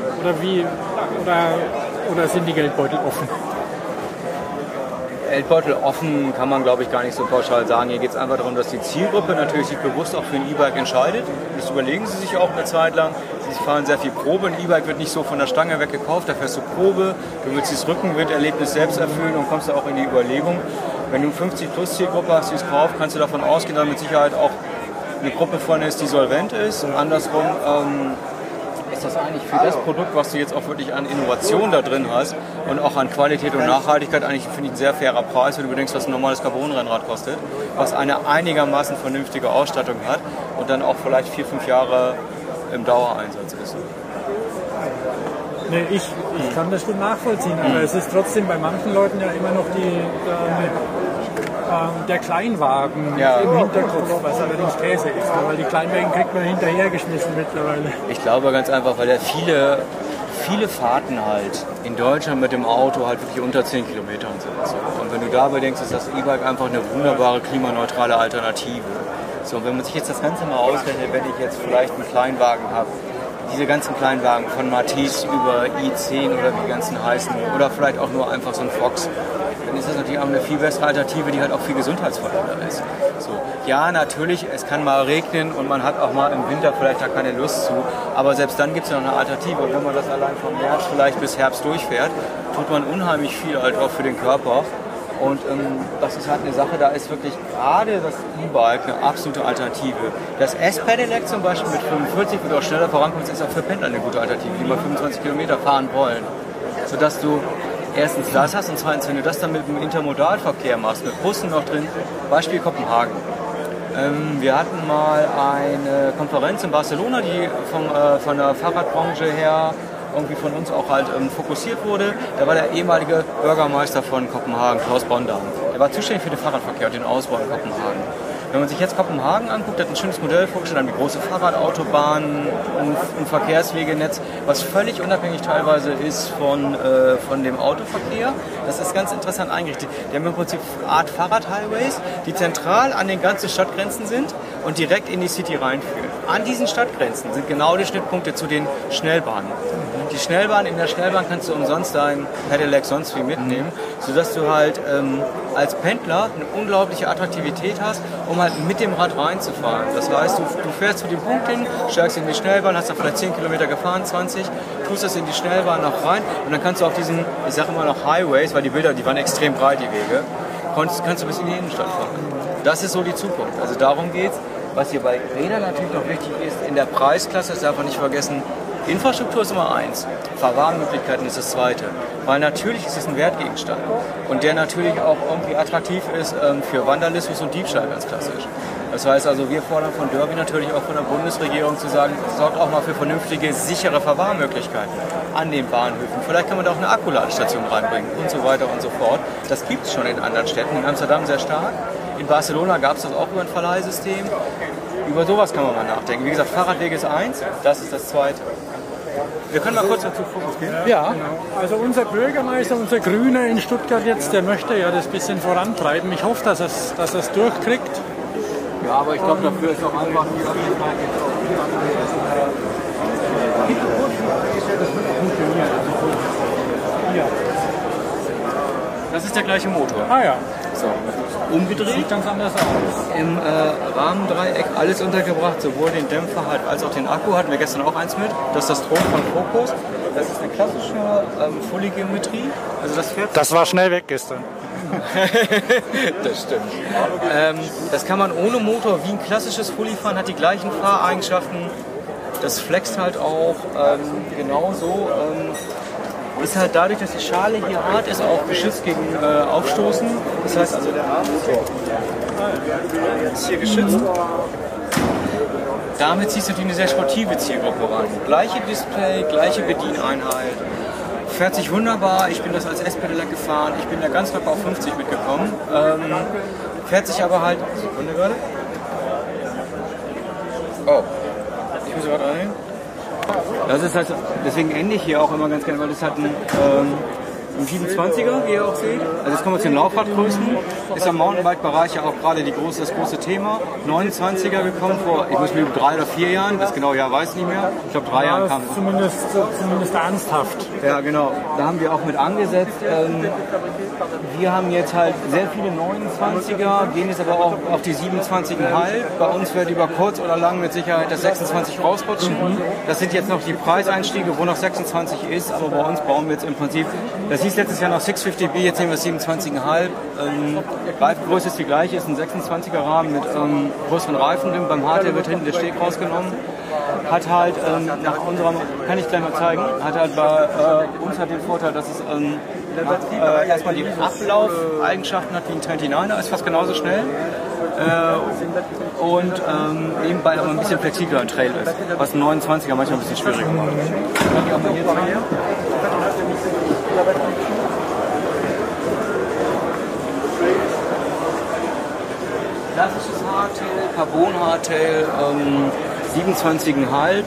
S4: Oder sind die Geldbeutel offen?
S2: Geldbeutel offen kann man, glaube ich, gar nicht so pauschal sagen. Hier geht es einfach darum, dass die Zielgruppe natürlich sich bewusst auch für ein E-Bike entscheidet. Das überlegen sie sich auch eine Zeit lang. Sie fahren sehr viel Probe. Ein E-Bike wird nicht so von der Stange weg gekauft. Da fährst du Probe, du willst das Rückenwinderlebnis selbst erfüllen und kommst da auch in die Überlegung. Wenn du eine 50-plus-Zielgruppe hast, die es kauft, kannst du davon ausgehen, dass mit Sicherheit auch eine Gruppe von ist, die solvent ist. Und andersrum ist das eigentlich für das Produkt, was du jetzt auch wirklich an Innovation da drin hast und auch an Qualität und Nachhaltigkeit, eigentlich finde ich ein sehr fairer Preis, wenn du bedenkst, was ein normales Carbon-Rennrad kostet, was eine einigermaßen vernünftige Ausstattung hat und dann auch vielleicht 4-5 Jahre im Dauereinsatz ist.
S4: Nee, ich kann das gut nachvollziehen, aber es ist trotzdem bei manchen Leuten ja immer noch der Kleinwagen im Hinterkopf, was allerdings Käse ist, weil die Kleinwagen kriegt man hinterhergeschmissen mittlerweile.
S2: Ich glaube ganz einfach, weil viele Fahrten halt in Deutschland mit dem Auto halt wirklich unter 10 Kilometern sind. Und wenn du dabei denkst, ist das E-Bike einfach eine wunderbare klimaneutrale Alternative. So, und wenn man sich jetzt das Ganze mal ausrechnet, wenn ich jetzt vielleicht einen Kleinwagen habe, diese ganzen Kleinwagen von Matiz über i10 oder wie die ganzen heißen oder vielleicht auch nur einfach so ein Fox, dann ist das natürlich auch eine viel bessere Alternative, die halt auch viel gesundheitsfördernder ist. So. Ja, natürlich, es kann mal regnen und man hat auch mal im Winter vielleicht da keine Lust zu, aber selbst dann gibt es ja noch eine Alternative. Und wenn man das allein vom März vielleicht bis Herbst durchfährt, tut man unheimlich viel halt auch für den Körper. Und das ist halt eine Sache, da ist wirklich gerade das E-Bike eine absolute Alternative. Das S-Pedelec zum Beispiel mit 45, wo du auch schneller vorankommst, ist auch für Pendler eine gute Alternative, die mal 25 Kilometer fahren wollen. Sodass du erstens das hast und zweitens, wenn du das dann mit dem Intermodalverkehr machst, mit Bussen noch drin, Beispiel Kopenhagen. Wir hatten mal eine Konferenz in Barcelona, die von der Fahrradbranche her irgendwie von uns auch halt fokussiert wurde. Da war der ehemalige Bürgermeister von Kopenhagen, Klaus Bondam. Der war zuständig für den Fahrradverkehr und den Ausbau in Kopenhagen. Wenn man sich jetzt Kopenhagen anguckt, hat ein schönes Modell vorgestellt, haben die große Fahrradautobahn, ein Verkehrswegenetz, was völlig unabhängig teilweise ist von dem Autoverkehr. Das ist ganz interessant eingerichtet. Die haben im Prinzip eine Art Fahrradhighways, die zentral an den ganzen Stadtgrenzen sind und direkt in die City reinführen. An diesen Stadtgrenzen sind genau die Schnittpunkte zu den Schnellbahnen. Die Schnellbahn, in der Schnellbahn kannst du umsonst dein Pedelec sonst wie mitnehmen, sodass du halt als Pendler eine unglaubliche Attraktivität hast, um halt mit dem Rad reinzufahren. Das heißt, du fährst zu dem Punkt hin, steigst in die Schnellbahn, hast da vielleicht 10 Kilometer gefahren, 20, tust das in die Schnellbahn noch rein und dann kannst du auf diesen, ich sage immer noch Highways, weil die Bilder, die waren extrem breit, die Wege, kannst du bis in die Innenstadt fahren. Das ist so die Zukunft. Also darum geht's. Was hier bei Rädern natürlich noch wichtig ist, in der Preisklasse, das darf man nicht vergessen, Infrastruktur ist Nummer 1, Verwahrmöglichkeiten ist das Zweite. Weil natürlich ist es ein Wertgegenstand und der natürlich auch irgendwie attraktiv ist für Vandalismus und Diebstahl ganz klassisch. Das heißt also, wir fordern von Derby natürlich auch von der Bundesregierung zu sagen, sorgt auch mal für vernünftige, sichere Verwahrmöglichkeiten an den Bahnhöfen. Vielleicht kann man da auch eine Akkuladestation reinbringen und so weiter und so fort. Das gibt es schon in anderen Städten, in Amsterdam sehr stark. In Barcelona gab es das auch über ein Verleihsystem. Über sowas kann man mal nachdenken. Wie gesagt, Fahrradwege ist 1, das ist das Zweite. Wir können mal kurz dazu fokussieren.
S4: Ja, genau. Also unser Bürgermeister, unser Grüner in Stuttgart jetzt, der möchte ja das bisschen vorantreiben. Ich hoffe, dass er es durchkriegt.
S2: Ja, aber ich glaube, dafür ist auch einfach die Öffentlichkeit jetzt auch. Das ist der gleiche Motor.
S4: Ah ja.
S2: So. Umgedreht.
S4: Sieht ganz anders aus.
S2: Im Rahmendreieck alles untergebracht, sowohl den Dämpfer halt als auch den Akku. Hatten wir gestern auch eins mit. Das ist das Strom von Focus. Das ist eine klassische Fully-Geometrie. Also das fährt.
S1: Das war schnell weg gestern.
S2: Das stimmt. Das kann man ohne Motor wie ein klassisches Fully fahren, hat die gleichen Fahreigenschaften. Das flext halt auch genauso. Ist halt dadurch, dass die Schale hier hart ist, auch geschützt gegen Aufstoßen. Das heißt also, der Arm ist hier geschützt. Damit ziehst du natürlich eine sehr sportive Zielgruppe ran. Gleiche Display, gleiche Bedieneinheit. Fährt sich wunderbar. Ich bin das als S-Pedelec gefahren. Ich bin da ganz knapp auf 50 mitgekommen. Fährt sich aber halt... Sekunde gerade. Oh. Ich muss gerade rein. Das ist halt, deswegen ende ich hier auch immer ganz gerne, weil das hat ein 27er, wie ihr auch seht. Also das kommen wir zu den Laufradgrößen. Ist am Mountainbike-Bereich ja auch gerade das große Thema. 29er gekommen vor, ich muss mir 3 oder 4 Jahren, das genaue Jahr weiß ich nicht mehr. Ich glaube 3 Jahren kam es.
S4: Zumindest ernsthaft.
S2: Ja, genau. Da haben wir auch mit angesetzt. Wir haben jetzt halt sehr viele 29er, gehen jetzt aber auch auf die 27,5. Bei uns wird über kurz oder lang mit Sicherheit das 26 rausrutschen. Das sind jetzt noch die Preiseinstiege, wo noch 26 ist, aber bei uns bauen wir jetzt im Prinzip, das hieß letztes Jahr noch 650B, jetzt nehmen wir 27,5. Reifengröße ist die gleiche, ist ein 26er Rahmen mit größeren Reifen drin. Beim HT wird hinten der Steg rausgenommen. Hat halt nach unserem, kann ich gleich mal zeigen, hat halt bei uns halt den Vorteil, dass es erstmal die Ablaufeigenschaften hat wie ein 29er, ist fast genauso schnell. Und nebenbei aber ein bisschen flexibler im Trail ist, was ein 29er manchmal ein bisschen schwieriger macht. Kann ich auch mal hier zeigen? Klassisches Hardtail, Carbon Hardtail, 27,5.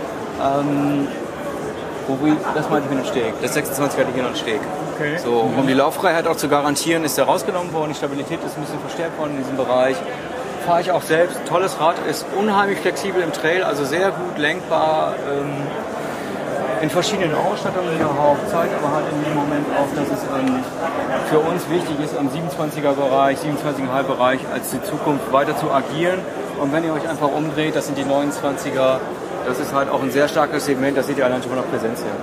S2: Das meinte ich mit dem Steg. Das 26 hatte hier noch einen Steg. Okay. So, um die Lauffreiheit auch zu garantieren, ist der rausgenommen worden. Die Stabilität ist ein bisschen verstärkt worden in diesem Bereich. Fahre ich auch selbst. Tolles Rad, ist unheimlich flexibel im Trail, also sehr gut lenkbar. In verschiedenen Ausstattungen überhaupt. Zeigt aber halt in dem Moment auch, dass es für uns wichtig ist, am 27er-Bereich, 27,5-Bereich als die Zukunft weiter zu agieren. Und wenn ihr euch einfach umdreht, das sind die 29er. Das ist halt auch ein sehr starkes Segment, das seht ihr allein schon von der Präsenz her.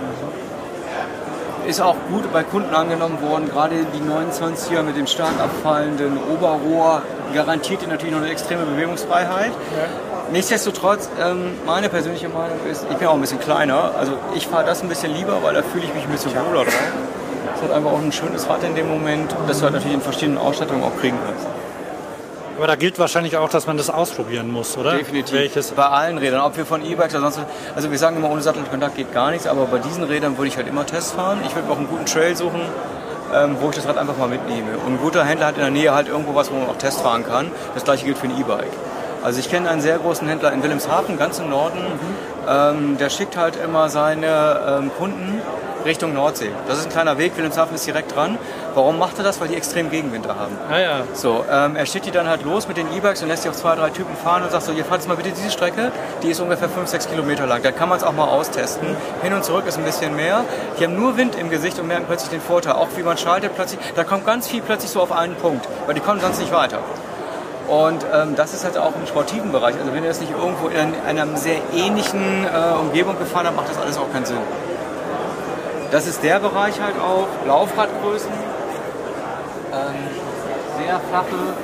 S2: Ist auch gut bei Kunden angenommen worden, gerade die 29er mit dem stark abfallenden Oberrohr garantiert ihr natürlich noch eine extreme Bewegungsfreiheit. Ja. Nichtsdestotrotz, meine persönliche Meinung ist, ich bin auch ein bisschen kleiner, also ich fahre das ein bisschen lieber, weil da fühle ich mich ein bisschen wohler drauf. Es hat einfach auch ein schönes Rad in dem Moment, das du halt natürlich in verschiedenen Ausstattungen auch kriegen kannst.
S1: Aber da gilt wahrscheinlich auch, dass man das ausprobieren muss, oder?
S2: Definitiv.
S1: Welches?
S2: Bei allen Rädern, ob wir von E-Bikes oder sonst was. Also wir sagen immer, ohne Sattel und Kontakt geht gar nichts, aber bei diesen Rädern würde ich halt immer Tests fahren. Ich würde mir auch einen guten Trail suchen, wo ich das Rad einfach mal mitnehme. Und ein guter Händler hat in der Nähe halt irgendwo was, wo man auch Test fahren kann. Das gleiche gilt für ein E-Bike. Also ich kenne einen sehr großen Händler in Wilhelmshaven, ganz im Norden. Der schickt halt immer seine Kunden Richtung Nordsee. Das ist ein kleiner Weg, Wilhelmshaven ist direkt dran. Warum macht er das? Weil die extrem Gegenwinter haben.
S1: Ah ja.
S2: So, er schickt die dann halt los mit den E-Bikes und lässt die auf 2, 3 Typen fahren und sagt so, ihr fahrt jetzt mal bitte diese Strecke, die ist ungefähr 5, 6 Kilometer lang. Da kann man es auch mal austesten. Hin und zurück ist ein bisschen mehr. Die haben nur Wind im Gesicht und merken plötzlich den Vorteil. Auch wie man schaltet plötzlich, da kommt ganz viel plötzlich so auf einen Punkt, weil die kommen sonst nicht weiter. Und das ist halt auch im sportiven Bereich. Also wenn ihr das nicht irgendwo in einer sehr ähnlichen Umgebung gefahren habt, macht das alles auch keinen Sinn. Das ist der Bereich halt auch, Laufradgrößen, sehr flache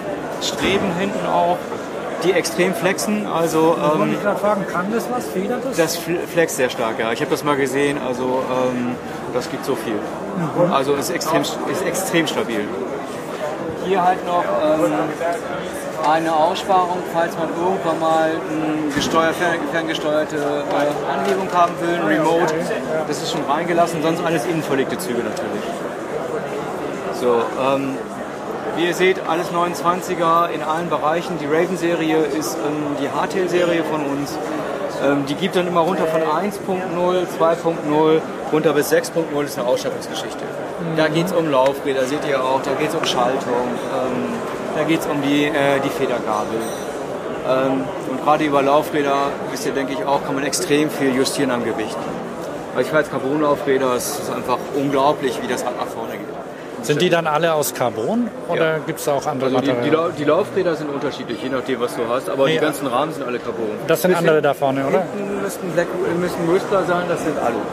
S2: Streben hinten auch, die extrem flexen. Also,
S4: wollte ich gerade fragen, kann das was? Federt das?
S2: das flext sehr stark, ja. Ich habe das mal gesehen, also das gibt so viel. Also ist extrem stabil. Hier halt noch eine Aussparung, falls man irgendwann mal eine ferngesteuerte Anhebung haben will, ein Remote. Das ist schon reingelassen, sonst alles innenverlegte Züge natürlich. So, wie ihr seht, alles 29er in allen Bereichen. Die Raven-Serie ist die Hardtail-Serie von uns. Die gibt dann immer runter von 1.0, 2.0 runter bis 6.0, ist eine Ausstattungsgeschichte. Da geht es um Laufräder, seht ihr auch, da geht es um Schaltung, da geht es um die Federgabel. Und gerade über Laufräder, wisst ihr, denke ich auch, kann man extrem viel justieren am Gewicht. Weil ich fahre jetzt Carbonlaufräder, es ist einfach unglaublich, wie das Rad nach vorne geht.
S1: Sind die dann alle aus Carbon oder gibt es auch andere Materialien?
S2: Die Laufräder sind unterschiedlich, je nachdem was du hast, aber die ganzen Rahmen sind alle Carbon.
S1: Das sind andere da vorne, oder?
S2: Hinten müssten Whistler sein, das sind Alu.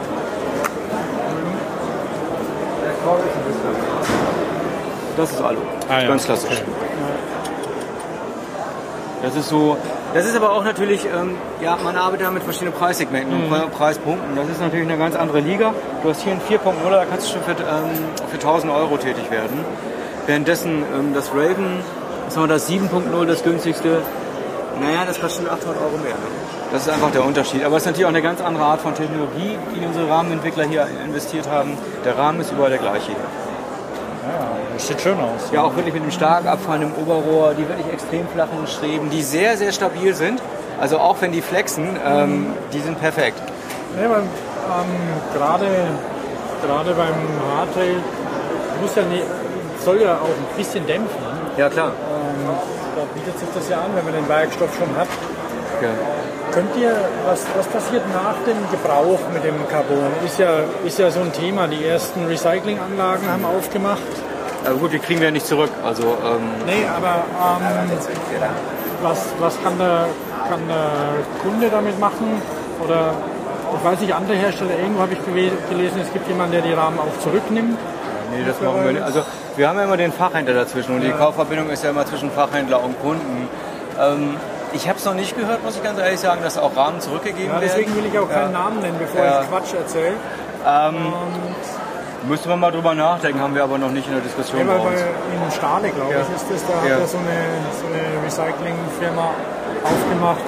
S2: Das ist Alu, ganz klassisch. Das ist so. Das ist aber auch natürlich, man arbeitet ja mit verschiedenen Preissegmenten und Preispunkten. Das ist natürlich eine ganz andere Liga. Du hast hier einen 4.0, da kannst du schon für 1000 Euro tätig werden. Währenddessen das Raven, das 7.0, das günstigste, das kostet schon 800 Euro mehr. Das ist einfach der Unterschied. Aber es ist natürlich auch eine ganz andere Art von Technologie, die unsere Rahmenentwickler hier investiert haben. Der Rahmen ist überall der gleiche.
S1: Ja, das sieht schön aus.
S2: Ja, auch wirklich mit einem stark abfallenden Oberrohr, die wirklich extrem flachen Streben, die sehr, sehr stabil sind. Also auch wenn die flexen, die sind perfekt.
S4: Ja, gerade beim Hardtail soll ja auch ein bisschen dämpfen.
S2: Ja, klar.
S4: Da bietet sich das ja an, wenn man den Werkstoff schon hat.
S2: Ja.
S4: Könnt ihr, was passiert nach dem Gebrauch mit dem Carbon? Ist ja so ein Thema. Die ersten Recyclinganlagen haben aufgemacht.
S2: Gut, die kriegen wir ja nicht zurück. Also,
S4: nee, aber was kann der Kunde damit machen? Oder ich weiß nicht, andere Hersteller, irgendwo habe ich gelesen, es gibt jemanden, der die Rahmen auch zurücknimmt.
S2: Nee, das machen wir nicht. Also wir haben ja immer den Fachhändler dazwischen und die Kaufverbindung ist ja immer zwischen Fachhändler und Kunden. Ich habe es noch nicht gehört, muss ich ganz ehrlich sagen, dass auch Rahmen zurückgegeben werden.
S4: Deswegen will ich auch keinen Namen nennen, bevor ich Quatsch erzähle.
S2: Müsste man mal drüber nachdenken, haben wir aber noch nicht in der Diskussion.
S4: Ja, weil in Stahle, glaube ich, ist das, da hat ja so eine Recyclingfirma aufgemacht,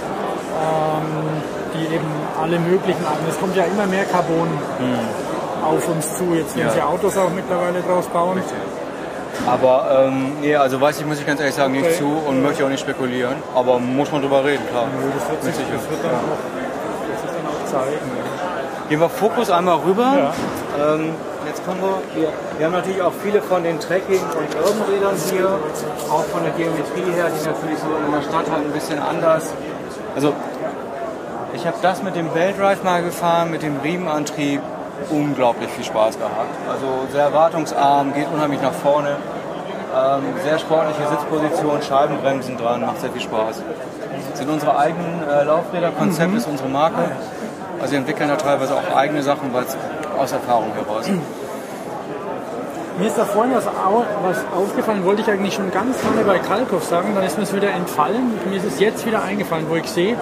S4: die eben alle möglichen Arten. Es kommt ja immer mehr Carbon auf uns zu, jetzt wenn sie Autos auch mittlerweile draus bauen.
S2: Richtig. Aber weiß ich, muss ich ganz ehrlich sagen, nicht zu und möchte auch nicht spekulieren. Aber muss man drüber reden, klar.
S4: Das wird sich dann auch zeigen.
S2: Gehen wir Fokus einmal rüber. Ja. Jetzt kommen wir haben natürlich auch viele von den Trekking- und Urban-Rädern hier, auch von der Geometrie her, die natürlich so in der Stadt halt ein bisschen anders. Also ich habe das mit dem Bell-Drive mal gefahren, mit dem Riemenantrieb, unglaublich viel Spaß gehabt. Also sehr wartungsarm, geht unheimlich nach vorne, sehr sportliche Sitzposition, Scheibenbremsen dran, macht sehr viel Spaß. Das sind unsere eigenen Laufräder, Konzept ist unsere Marke. Also wir entwickeln da teilweise auch eigene Sachen, weil es aus Erfahrung heraus.
S4: Mir ist da vorhin was aufgefallen, wollte ich eigentlich schon ganz lange bei Kalkow sagen, dann ist mir es wieder entfallen. Mir ist es jetzt wieder eingefallen, wo ich sehe,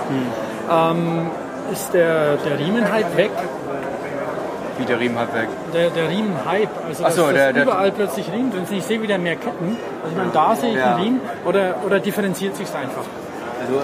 S4: ist der Riemenhype weg.
S2: Wie der Riemenhype weg?
S4: Der Riemenhype, also dass überall plötzlich Riemen drin sind. Ich sehe wieder mehr Ketten. Also ich meine, da sehe ich einen Riemen oder differenziert sich es einfach?
S2: Also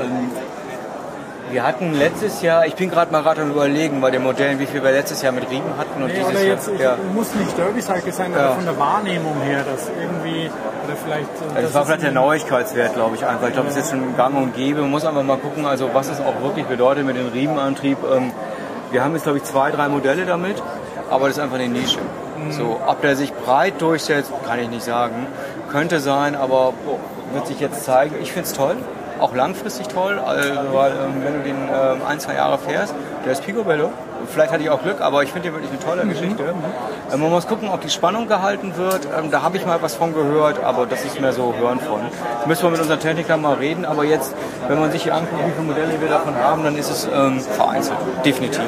S2: wir hatten letztes Jahr, ich bin gerade mal am Überlegen bei den Modellen, wie viel wir letztes Jahr mit Riemen hatten und dieses Jahr.
S4: Muss nicht Derby Cycle sein, aber von der Wahrnehmung her, dass irgendwie, oder vielleicht...
S2: Das war vielleicht der Neuigkeitswert, glaube ich, einfach. Ich glaube, es ist jetzt schon gang und gäbe. Man muss einfach mal gucken, also was es auch wirklich bedeutet mit dem Riemenantrieb. Wir haben jetzt, glaube ich, 2, 3 Modelle damit, aber das ist einfach eine Nische. So, ob der sich breit durchsetzt, kann ich nicht sagen. Könnte sein, aber wird sich jetzt zeigen. Ich finde es toll. Auch langfristig toll, weil wenn du den 1-2 Jahre fährst, der ist picobello. Vielleicht hatte ich auch Glück, aber ich finde den wirklich eine tolle Geschichte. Man muss gucken, ob die Spannung gehalten wird. Da habe ich mal was von gehört, aber das ist mehr so Hören von. Müssen wir mit unseren Technikern mal reden, aber jetzt, wenn man sich hier anguckt, wie viele Modelle wir davon haben, dann ist es vereinzelt. Definitiv.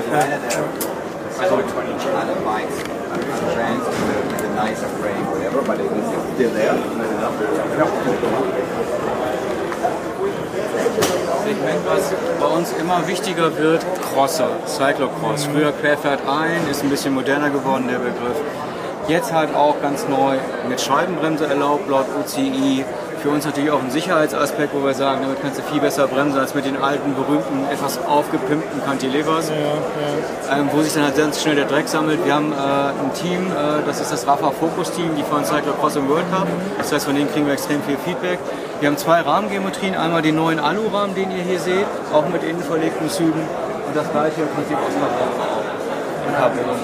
S3: So 20 other bikes, trends with a nicer frame, whatever, but it is
S2: Segment, was bei uns immer wichtiger wird, Crosser, Cyclocross. Früher Querfahrt ein, ist ein bisschen moderner geworden, der Begriff. Jetzt halt auch ganz neu mit Scheibenbremse erlaubt, laut UCI. Für uns natürlich auch ein Sicherheitsaspekt, wo wir sagen, damit kannst du viel besser bremsen als mit den alten, berühmten, etwas aufgepimpten Cantilevers, wo sich dann halt ganz schnell der Dreck sammelt. Wir haben ein Team, das ist das Rafa Focus Team, die fahren Cyclocross im World Cup. Das heißt, von denen kriegen wir extrem viel Feedback. Wir haben 2 Rahmengeometrien, einmal den neuen Alurahmen, den ihr hier seht, auch mit innen verlegten Zügen, und das gleiche im Prinzip aus Carbon.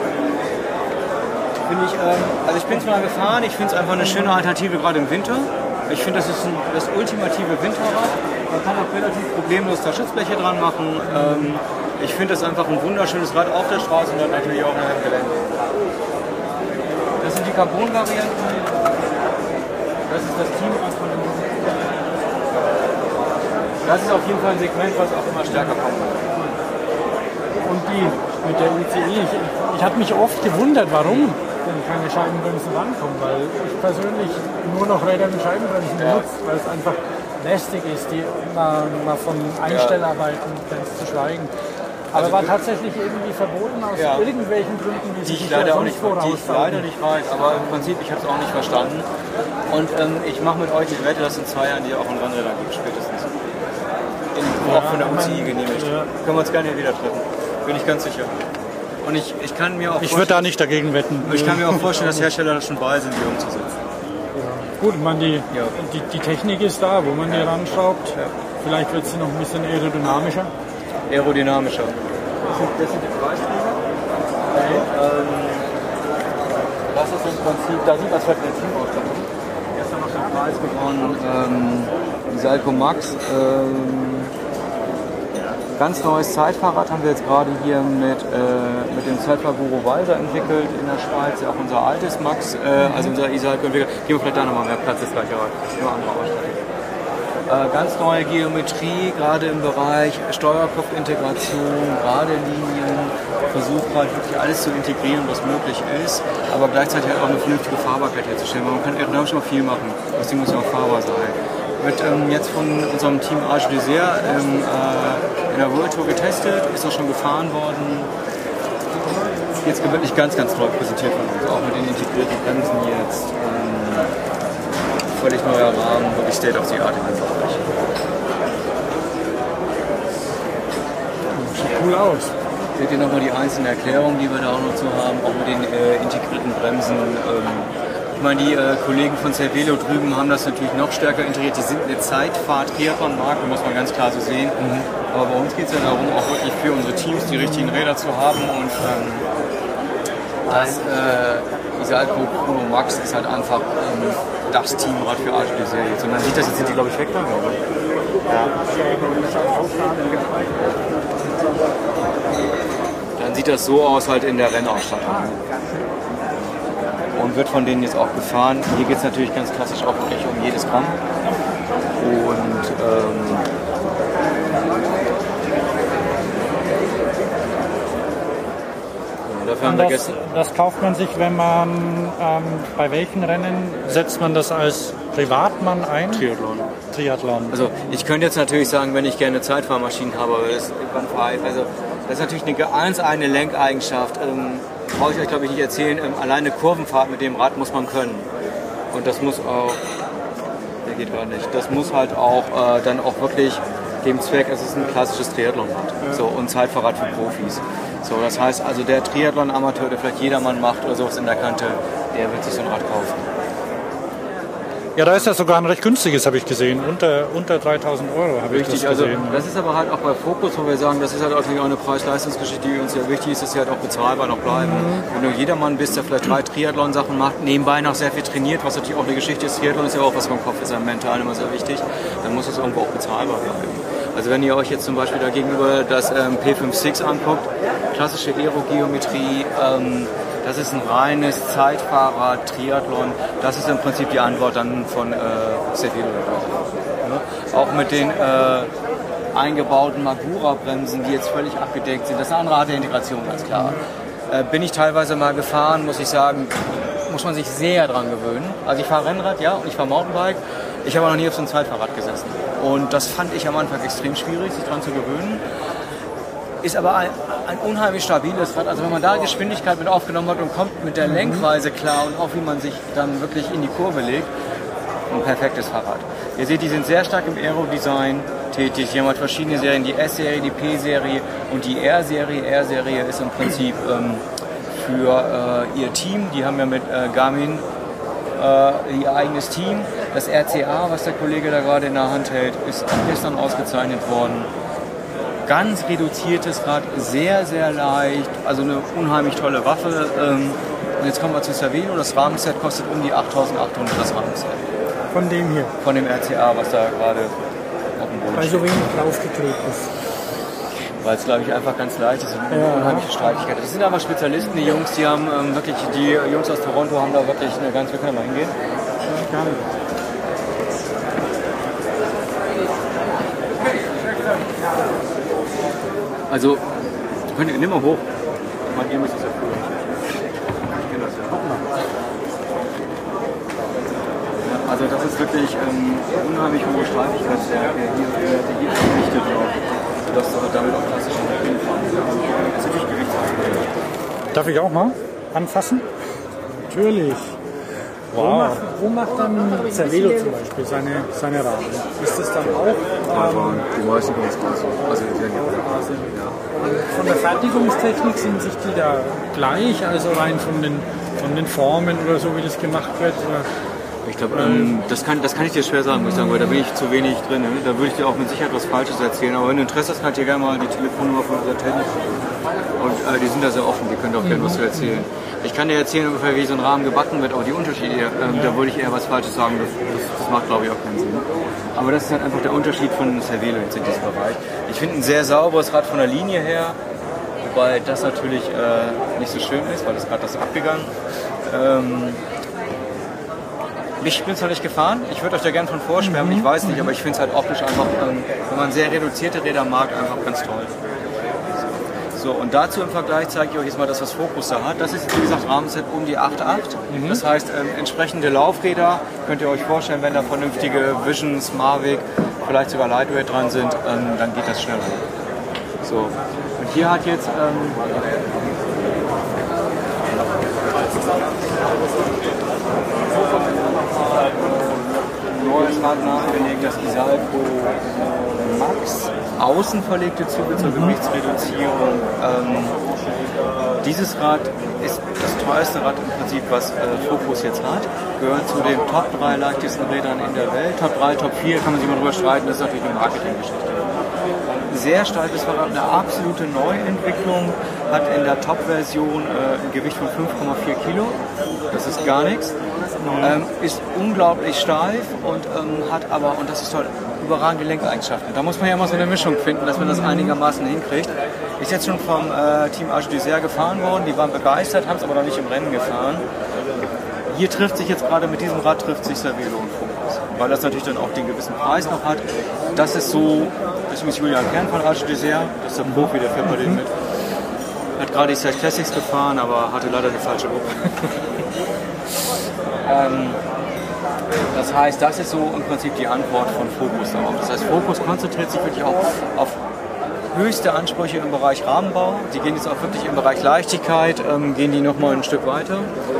S2: Also ich bin es mal gefahren, ich finde es einfach eine schöne Alternative, gerade im Winter. Ich finde, das ist das ultimative Winterrad. Man kann auch relativ problemlos da Schutzbleche dran machen. Ich finde das einfach ein wunderschönes Rad auf der Straße und dann natürlich auch im Gelände. Das sind die Carbon-Varianten. Das ist das Teamrad von dem. Das ist auf jeden Fall ein Segment, was auch immer stärker kommt.
S4: Und die mit der UCI, ich habe mich oft gewundert, warum denn keine Scheibenbremsen rankommen, weil ich persönlich nur noch Räder mit Scheibenbremsen benutze, weil es einfach lästig ist, die mal von Einstellarbeiten ganz zu schweigen. Aber war tatsächlich irgendwie verboten aus irgendwelchen Gründen,
S2: die ich leider auch nicht weiß, aber im Prinzip, ich habe es auch nicht verstanden. Und ich mache mit euch die Wette, dass in 2 Jahren die auch in Rennrädern gibt, spätestens. Auch von der UCI genehmigt. Können wir uns gerne hier wieder treffen. Bin ich ganz sicher. Und ich kann mir auch
S1: Ich würde da nicht dagegen wetten.
S2: Ich kann mir auch vorstellen, dass Hersteller da schon bei sind, die umzusetzen.
S4: Gut, man, die Technik ist da, wo man die ranschraubt. Ja. Vielleicht wird sie noch ein bisschen aerodynamischer.
S2: Aerodynamischer. Das sind die Preisträger. Das ist im Prinzip, da sieht man es halt in der Teamausstattung. Gestern noch den Preis gewonnen. Die Salco Max. Ganz neues Zeitfahrrad haben wir jetzt gerade hier mit dem Zeitfahrguru Walser entwickelt in der Schweiz, auch unser altes Max, also unser Isalco entwickelt. Gehen wir vielleicht da nochmal mehr Platz, ist gleich nur andere Ausstattung. Ganz neue Geometrie, gerade im Bereich Steuerkopfintegration, gerade Linien, versucht gerade wirklich alles zu integrieren, was möglich ist, aber gleichzeitig halt auch eine vernünftige Fahrbarkeit herzustellen, weil man kann aerodynamisch mal viel machen, deswegen muss ja auch fahrbar sein. Wird jetzt von unserem Team Arche Désert in der World Tour getestet, ist auch schon gefahren worden. Jetzt wirklich ganz, ganz toll präsentiert von uns, auch mit den integrierten Bremsen jetzt. Völlig neuer Rahmen, wirklich State of the Art im ganzen Bereich.
S4: Sieht cool aus.
S2: Seht ihr nochmal die einzelnen Erklärungen, die wir da auch noch zu haben, auch mit den integrierten Bremsen. Ich meine, die Kollegen von Cervelo drüben haben das natürlich noch stärker integriert. Die sind eine Zeitfahrt-Triathlon-Marke, muss man ganz klar so sehen. Aber bei uns geht es ja darum, auch wirklich für unsere Teams die richtigen Räder zu haben. Und dieser Alco Chrono Max ist halt einfach das Teamrad für Arche Désert jetzt. Und man sieht das, jetzt sind die, glaube ich, weg da, glaube ich. Ja. Dann sieht das so aus halt in der Rennausstattung. Und wird von denen jetzt auch gefahren. Hier geht es natürlich ganz klassisch auch wirklich um jedes Gramm. Und dafür haben wir gestern.
S1: Das kauft man sich, wenn man bei welchen Rennen setzt man das als Privatmann ein? Triathlon.
S2: Also ich könnte jetzt natürlich sagen, wenn ich gerne Zeitfahrmaschinen habe, aber das ist natürlich eine ganz eigene Lenkeigenschaft. Brauche ich euch, glaube ich, nicht erzählen. Alleine Kurvenfahrt mit dem Rad muss man können. Und das muss auch, der geht gar nicht, das muss halt auch dann auch wirklich dem Zweck, es ist ein klassisches Triathlon-Rad. So, und Zeitfahrrad für Profis. So, das heißt also, der Triathlon-Amateur, der vielleicht jedermann macht oder sowas in der Kante, der wird sich so ein Rad kaufen.
S1: Ja, da ist ja sogar ein recht günstiges, habe ich gesehen. Unter 3.000 Euro habe ich das gesehen.
S2: Also das ist aber halt auch bei Focus, wo wir sagen, das ist halt auch eine Preis-Leistungsgeschichte, die uns ja wichtig ist, dass sie halt auch bezahlbar noch bleiben. Wenn du jedermann bist, der vielleicht 3 Triathlon-Sachen macht, nebenbei noch sehr viel trainiert, was natürlich auch eine Geschichte ist, Triathlon ist ja auch was vom Kopf, ist ja mental immer sehr wichtig, dann muss es irgendwo auch bezahlbar bleiben. Also wenn ihr euch jetzt zum Beispiel da gegenüber das P56 anguckt, klassische Aerogeometrie, das ist ein reines Zeitfahrer-Triathlon. Das ist im Prinzip die Antwort dann von Cervelo. Auch mit den eingebauten Magura-Bremsen, die jetzt völlig abgedeckt sind. Das ist eine andere Art der Integration, ganz klar. Bin ich teilweise mal gefahren, muss ich sagen, muss man sich sehr dran gewöhnen. Also ich fahre Rennrad, ja, und ich fahre Mountainbike. Ich habe noch nie auf so einem Zweitfahrrad gesessen. Und das fand ich am Anfang extrem schwierig, sich dran zu gewöhnen. Ist aber ein unheimlich stabiles Rad. Also wenn man da Geschwindigkeit mit aufgenommen hat und kommt mit der Lenkweise klar und auch wie man sich dann wirklich in die Kurve legt, ein perfektes Fahrrad. Ihr seht, die sind sehr stark im Aero-Design tätig. Die haben halt verschiedene Serien, die S-Serie, die P-Serie und die R-Serie. R-Serie ist im Prinzip für ihr Team. Die haben ja mit Garmin ihr eigenes Team. Das RCA, was der Kollege da gerade in der Hand hält, ist auch gestern ausgezeichnet worden. Ganz reduziertes Rad, sehr, sehr leicht, also eine unheimlich tolle Waffe. Und jetzt kommen wir zu Cervelo. Das Rahmenset kostet um die 8.800, das Rahmenset.
S4: Von dem hier?
S2: Von dem RCA, was da gerade auf dem Boden
S4: steht. Weil so wenig draufgeklebt ist.
S2: Weil es, glaube ich, einfach ganz leicht ist und eine unheimliche Streitigkeit. Das sind aber Spezialisten, die Jungs, die haben wirklich, die Jungs aus Toronto haben da wirklich eine ganz, wir können da mal hingehen.
S4: Ja, gerne.
S2: Also, nimm mal hoch. Mal gehen, was das ja früher. Ich kenne das ja. Also das ist wirklich unheimlich hohe Streifigkeitsstärke. Hier Gewichte drauf, sodass du damit auch klassisch fahren kannst. Das ist natürlich Gewichtsabhängig.
S4: Darf ich auch mal anfassen? Natürlich. Wow. Wo macht dann Cervelo zum Beispiel seine Rahmen? Ist das dann auch?
S2: Die meisten kommen raus. Also
S4: von der Fertigungstechnik sind sich die da gleich, also rein von den Formen oder so, wie das gemacht wird? Oder?
S2: Ich glaube, das kann ich dir schwer sagen, muss ich sagen, weil da bin ich zu wenig drin. Ne? Da würde ich dir auch mit Sicherheit was Falsches erzählen. Aber wenn du Interesse hast, kannst du dir gerne mal die Telefonnummer von unserer Technik. Und die sind da sehr offen, die können auch gerne was zu erzählen. Ich kann dir erzählen ungefähr, wie so ein Rahmen gebacken wird, aber die Unterschiede, da würde ich eher was Falsches sagen, das macht, glaube ich, auch keinen Sinn. Aber das ist halt einfach der Unterschied von Cervelo jetzt in diesem Bereich. Ich finde ein sehr sauberes Rad von der Linie her, wobei das natürlich nicht so schön ist, weil das Rad ist abgegangen. Ich bin es noch nicht gefahren, ich würde euch da gerne von vorschwärmen, ich weiß nicht, aber ich finde es halt optisch einfach, wenn man sehr reduzierte Räder mag, einfach ganz toll. So, und dazu im Vergleich zeige ich euch jetzt mal das, was Focus da hat. Das ist, wie gesagt, Rahmenset um die 8.8. Das heißt, entsprechende Laufräder könnt ihr euch vorstellen, wenn da vernünftige Visions, Mavic, vielleicht sogar Lightweight dran sind, dann geht das schneller. So, und hier hat jetzt neues Rad nachgelegt, das Isalco Max. Außen verlegte Züge zur Gewichtsreduzierung. Dieses Rad ist das teuerste Rad im Prinzip, was Focus jetzt hat. Gehört zu den Top 3 leichtesten Rädern in der Welt. Top 3, Top 4 kann man sich mal drüber streiten, das ist natürlich eine Marketinggeschichte. Sehr steifes Fahrrad, eine absolute Neuentwicklung, hat in der Top-Version ein Gewicht von 5,4 Kilo. Das ist gar nichts. Ist unglaublich steif und hat aber, und das ist toll, überragende Lenkeigenschaften. Da muss man ja mal so eine Mischung finden, dass man das einigermaßen hinkriegt. Ist jetzt schon vom Team Arche d'Isère gefahren worden, die waren begeistert, haben es aber noch nicht im Rennen gefahren. Hier trifft sich jetzt gerade mit diesem Rad Cervelo und Focus, weil das natürlich dann auch den gewissen Preis noch hat. Das ist so, das ist Julian Kern von Arche d'Isère, das ist der Profi, der fährt bei denen mit. Hat gerade die Side Classics gefahren, aber hatte leider eine falsche Gruppe. Das heißt, das ist so im Prinzip die Antwort von Focus darauf. Das heißt, Focus konzentriert sich wirklich auch auf höchste Ansprüche im Bereich Rahmenbau. Sie gehen jetzt auch wirklich im Bereich Leichtigkeit, gehen die nochmal ein Stück weiter.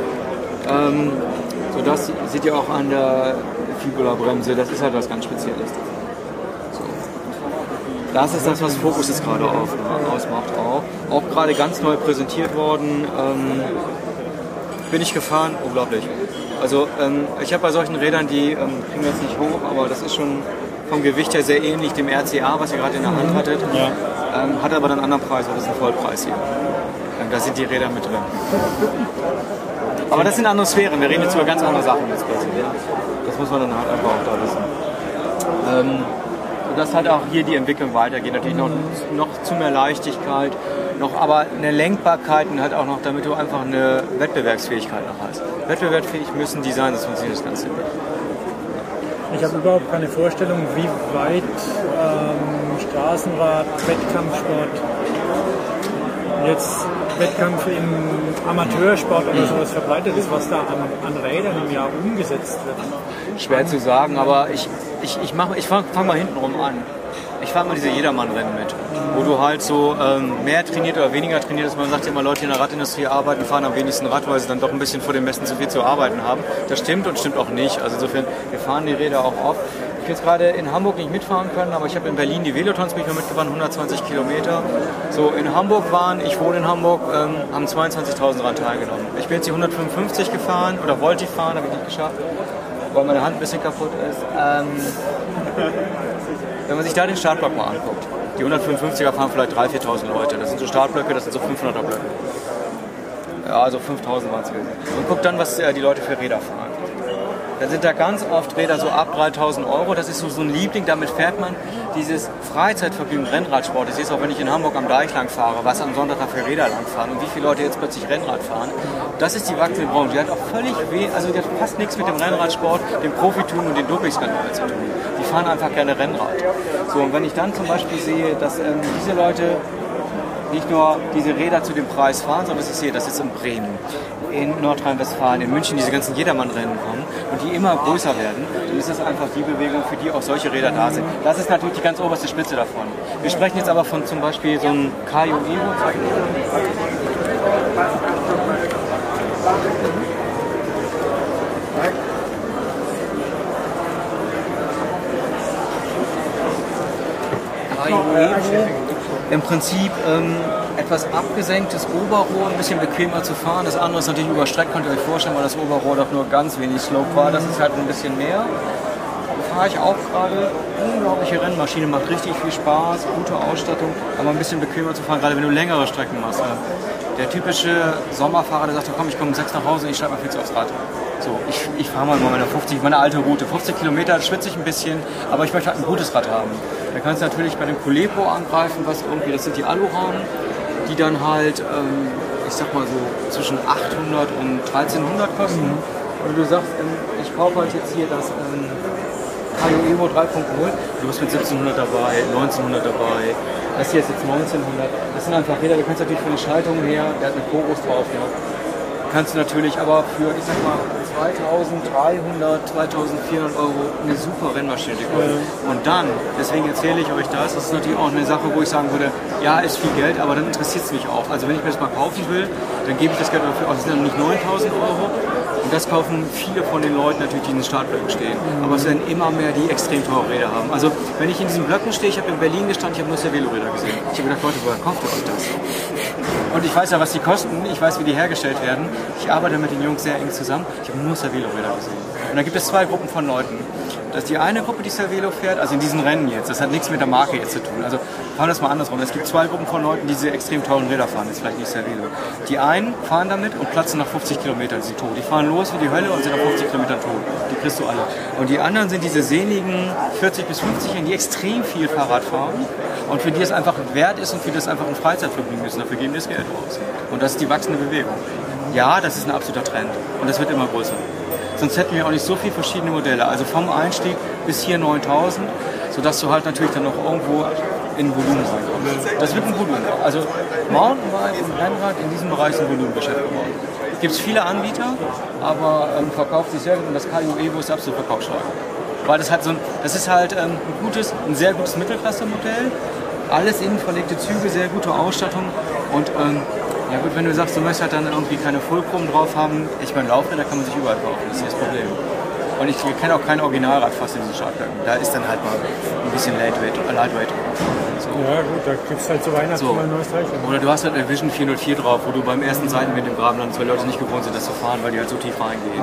S2: So, das seht ihr auch an der Fibula-Bremse, das ist halt was ganz Spezielles. So. Das ist das, was Focus jetzt gerade ausmacht auch. Auch gerade ganz neu präsentiert worden. Bin ich gefahren, unglaublich. Also ich habe bei solchen Rädern, die kriegen wir jetzt nicht hoch, aber das ist schon vom Gewicht her sehr ähnlich dem RCA, was ihr gerade in der Hand hattet. Ja. Hat aber dann einen anderen Preis, das ist ein Vollpreis hier. Da sind die Räder mit drin. Aber das sind andere Sphären, wir reden jetzt über ganz andere Sachen jetzt plötzlich. Ja? Das muss man dann halt einfach auch da wissen. Sodass halt auch hier die Entwicklung weitergeht. Natürlich noch zu mehr Leichtigkeit, noch aber eine Lenkbarkeit und halt auch noch, damit du einfach eine Wettbewerbsfähigkeit noch hast. Wettbewerbsfähig müssen die sein, das funktioniert das Ganze nicht.
S4: Ich habe überhaupt keine Vorstellung, wie weit Straßenrad, Wettkampfsport jetzt Wettkampf im Amateursport oder sowas verbreitet ist, was da an Rädern im Jahr umgesetzt wird?
S2: Schwer zu sagen, aber ich fange mal hinten rum an. Ich fahre mal diese Jedermann-Rennen mit, wo du halt so mehr trainiert oder weniger trainiert ist. Man sagt ja immer, Leute, die in der Radindustrie arbeiten, fahren am wenigsten Rad, weil sie dann doch ein bisschen vor dem Besten zu viel zu arbeiten haben. Das stimmt und stimmt auch nicht. Also insofern, wir fahren die Räder auch oft. Ich habe jetzt gerade in Hamburg nicht mitfahren können, aber ich habe in Berlin die Velotons mich mal mitgefahren, 120 Kilometer. So in Hamburg ich wohne in Hamburg, haben 22.000 Rad teilgenommen. Ich bin jetzt die 155 gefahren oder wollte ich fahren, habe ich nicht geschafft, weil meine Hand ein bisschen kaputt ist. Wenn man sich da den Startblock mal anguckt, die 155er fahren vielleicht 3.000, 4.000 Leute. Das sind so Startblöcke, das sind so 500er Blöcke. Ja, also 5.000 waren es gewesen. Und guckt dann, was die Leute für Räder fahren. Dann sind da ganz oft Räder so ab 3.000 Euro. Das ist so ein Liebling, damit fährt man dieses Freizeitvergnügen Rennradsport. Ich sehe es auch, wenn ich in Hamburg am Deich lang fahre, was am Sonntag da für Räder lang fahren und wie viele Leute jetzt plötzlich Rennrad fahren. Das ist die wachsende Branche. Die hat auch die hat fast nichts mit dem Rennradsport, dem Profitum und den Dopingskandal zu tun. Die fahren einfach gerne Rennrad. So, und wenn ich dann zum Beispiel sehe, dass diese Leute nicht nur diese Räder zu dem Preis fahren, sondern ich sehe, dass jetzt in Bremen, in Nordrhein-Westfalen, in München diese ganzen Jedermann-Rennen kommen und die immer größer werden, dann ist das einfach die Bewegung, für die auch solche Räder da sind. Das ist natürlich die ganz oberste Spitze davon. Wir sprechen jetzt aber von zum Beispiel so einem Kaio Evo. Im Prinzip etwas abgesenktes Oberrohr, ein bisschen bequemer zu fahren. Das andere ist natürlich überstreckt, könnt ihr euch vorstellen, weil das Oberrohr doch nur ganz wenig Slope war. Das ist halt ein bisschen mehr. Fahre ich auch gerade. Unglaubliche Rennmaschine, macht richtig viel Spaß, gute Ausstattung, aber ein bisschen bequemer zu fahren, gerade wenn du längere Strecken machst. Der typische Sommerfahrer, der sagt, komm, ich komme um 6 nach Hause und ich steige mal fix aufs Rad. So, ich fahre mal meine alte Route. 50 Kilometer schwitze ich ein bisschen, aber ich möchte halt ein gutes Rad haben. Da kannst du natürlich bei dem Colepo angreifen, das sind die Alurahmen, die dann halt, ich sag mal so, zwischen 800 und 1300 kosten. Und du sagst, ich kaufe halt jetzt hier das Kaio Evo 3.0, du bist mit 1700 dabei, 1900 dabei, das hier ist jetzt 1900. Das sind einfach Räder, du kannst natürlich von den Schaltungen her, der hat eine Chorus drauf, ja. Kannst du natürlich aber für, ich sag mal, 2.300, 2.400 Euro eine super Rennmaschine kaufen. Und dann, deswegen erzähle ich euch das ist natürlich auch eine Sache, wo ich sagen würde, ja, ist viel Geld, aber dann interessiert es mich auch. Also wenn ich mir das mal kaufen will, dann gebe ich das Geld dafür aus. Das sind dann nicht 9.000 Euro. Und das kaufen viele von den Leuten natürlich, die in den Startblöcken stehen. Aber es werden immer mehr, die extrem teure Räder haben. Also wenn ich in diesen Blöcken stehe, ich habe in Berlin gestanden, ich habe nur Cervelo-Räder gesehen. Ich habe gedacht, Leute, woher kauft ihr euch das? Und ich weiß ja, was die kosten, ich weiß, wie die hergestellt werden. Ich arbeite mit den Jungs sehr eng zusammen. Ich habe nur Cervelo-Räder gesehen. Und da gibt es zwei Gruppen von Leuten. Das ist die eine Gruppe, die Cervelo fährt, also in diesen Rennen jetzt. Das hat nichts mit der Marke jetzt zu tun. Also fahren wir das mal andersrum. Es gibt zwei Gruppen von Leuten, die diese extrem teuren Räder fahren. Das ist vielleicht nicht Cervelo. Die einen fahren damit und platzen nach 50 Kilometern, sind tot. Die fahren los wie die Hölle und sind nach 50 Kilometern tot. Die kriegst du alle. Und die anderen sind diese sehnigen 40 bis 50-Jährigen, die extrem viel Fahrrad fahren und für die es einfach wert ist und für die es einfach ein Freizeitvergnügen ist. Und dafür geben die das Geld aus. Und das ist die wachsende Bewegung. Ja, das ist ein absoluter Trend und das wird immer größer. Sonst hätten wir auch nicht so viele verschiedene Modelle. Also vom Einstieg bis hier 9000, sodass du halt natürlich dann noch irgendwo in Volumen reinkommst. Das wird ein Volumen. Also Mountainbike und Rennrad in diesem Bereich sind Volumengeschäft geworden. Es gibt viele Anbieter, aber verkauft sich sehr gut und das Kaio Evo ist absolut verkaufsstark. Weil das halt das ist halt ein sehr gutes Mittelklasse-Modell. Alles innen verlegte Züge, sehr gute Ausstattung und ja gut, wenn du sagst, du möchtest halt dann irgendwie keine Vollchrom drauf haben, ich meine, Laufräder kann man sich überall kaufen, das ist das Problem. Und ich kenne auch kein Originalrad fast in diesen Startblöcken. Da ist dann halt mal ein bisschen Lightweight. So.
S4: Ja gut, da gibt es halt zu Weihnachten mal ein neues Teil.
S2: Oder du hast halt eine Vision 404 drauf, wo du beim ersten Seitenwind im Graben landest, weil Leute nicht gewohnt sind, das zu fahren, weil die halt so tief reingehen.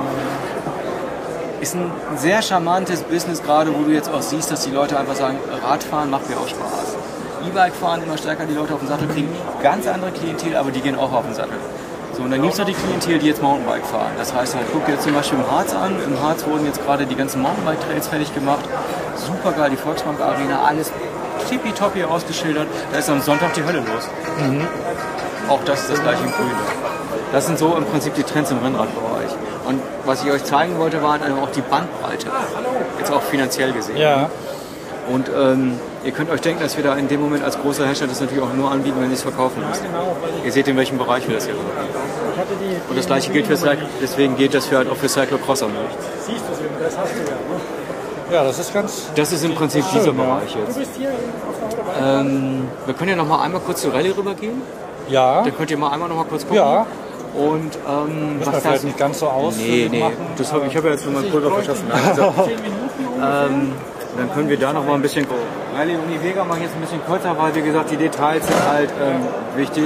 S2: Ist ein sehr charmantes Business gerade, wo du jetzt auch siehst, dass die Leute einfach sagen, Radfahren macht mir auch Spaß. E-Bike fahren immer stärker, die Leute auf den Sattel kriegen. Ganz andere Klientel, aber die gehen auch auf den Sattel. So, und dann gibt es noch die Klientel, die jetzt Mountainbike fahren. Das heißt halt, guck dir jetzt zum Beispiel im Harz an. Im Harz wurden jetzt gerade die ganzen Mountainbike-Trails fertig gemacht. Super geil, die Volksbank Arena, alles tippitoppi ausgeschildert. Da ist am Sonntag die Hölle los. Mhm. Auch das ist das gleiche in Grün. Das sind so im Prinzip die Trends im Rennradbereich. Und was ich euch zeigen wollte, war auch die Bandbreite. Jetzt auch finanziell gesehen.
S4: Ja.
S2: Und ihr könnt euch denken, dass wir da in dem Moment als großer Hersteller das natürlich auch nur anbieten, wenn ihr es verkaufen müsst. Ihr seht, in welchem Bereich wir das hier machen. Und das gleiche gilt für Cyclo, deswegen gilt das halt auch für Cyclocross am Markt.
S4: Siehst du, das hast du ja. Ne?
S1: Ja, das ist ganz...
S2: Das ist im Prinzip dieser Bereich jetzt.
S4: Du bist hier auf der Autobahn.
S2: Wir können ja noch mal einmal kurz zur Rallye rübergehen.
S1: Ja,
S2: Dann könnt ihr mal einmal noch mal kurz gucken.
S1: ja.
S2: Und
S1: Müssen wir
S2: was
S1: vielleicht
S2: das...
S1: nicht ganz so aus
S2: Nee.
S1: machen.
S2: Ich habe ja jetzt nur mein Pulver verschossen. Also, dann können wir da noch mal ein bisschen gucken. Rallye Univega mache ich jetzt ein bisschen kürzer, weil wie gesagt, die Details sind halt wichtig.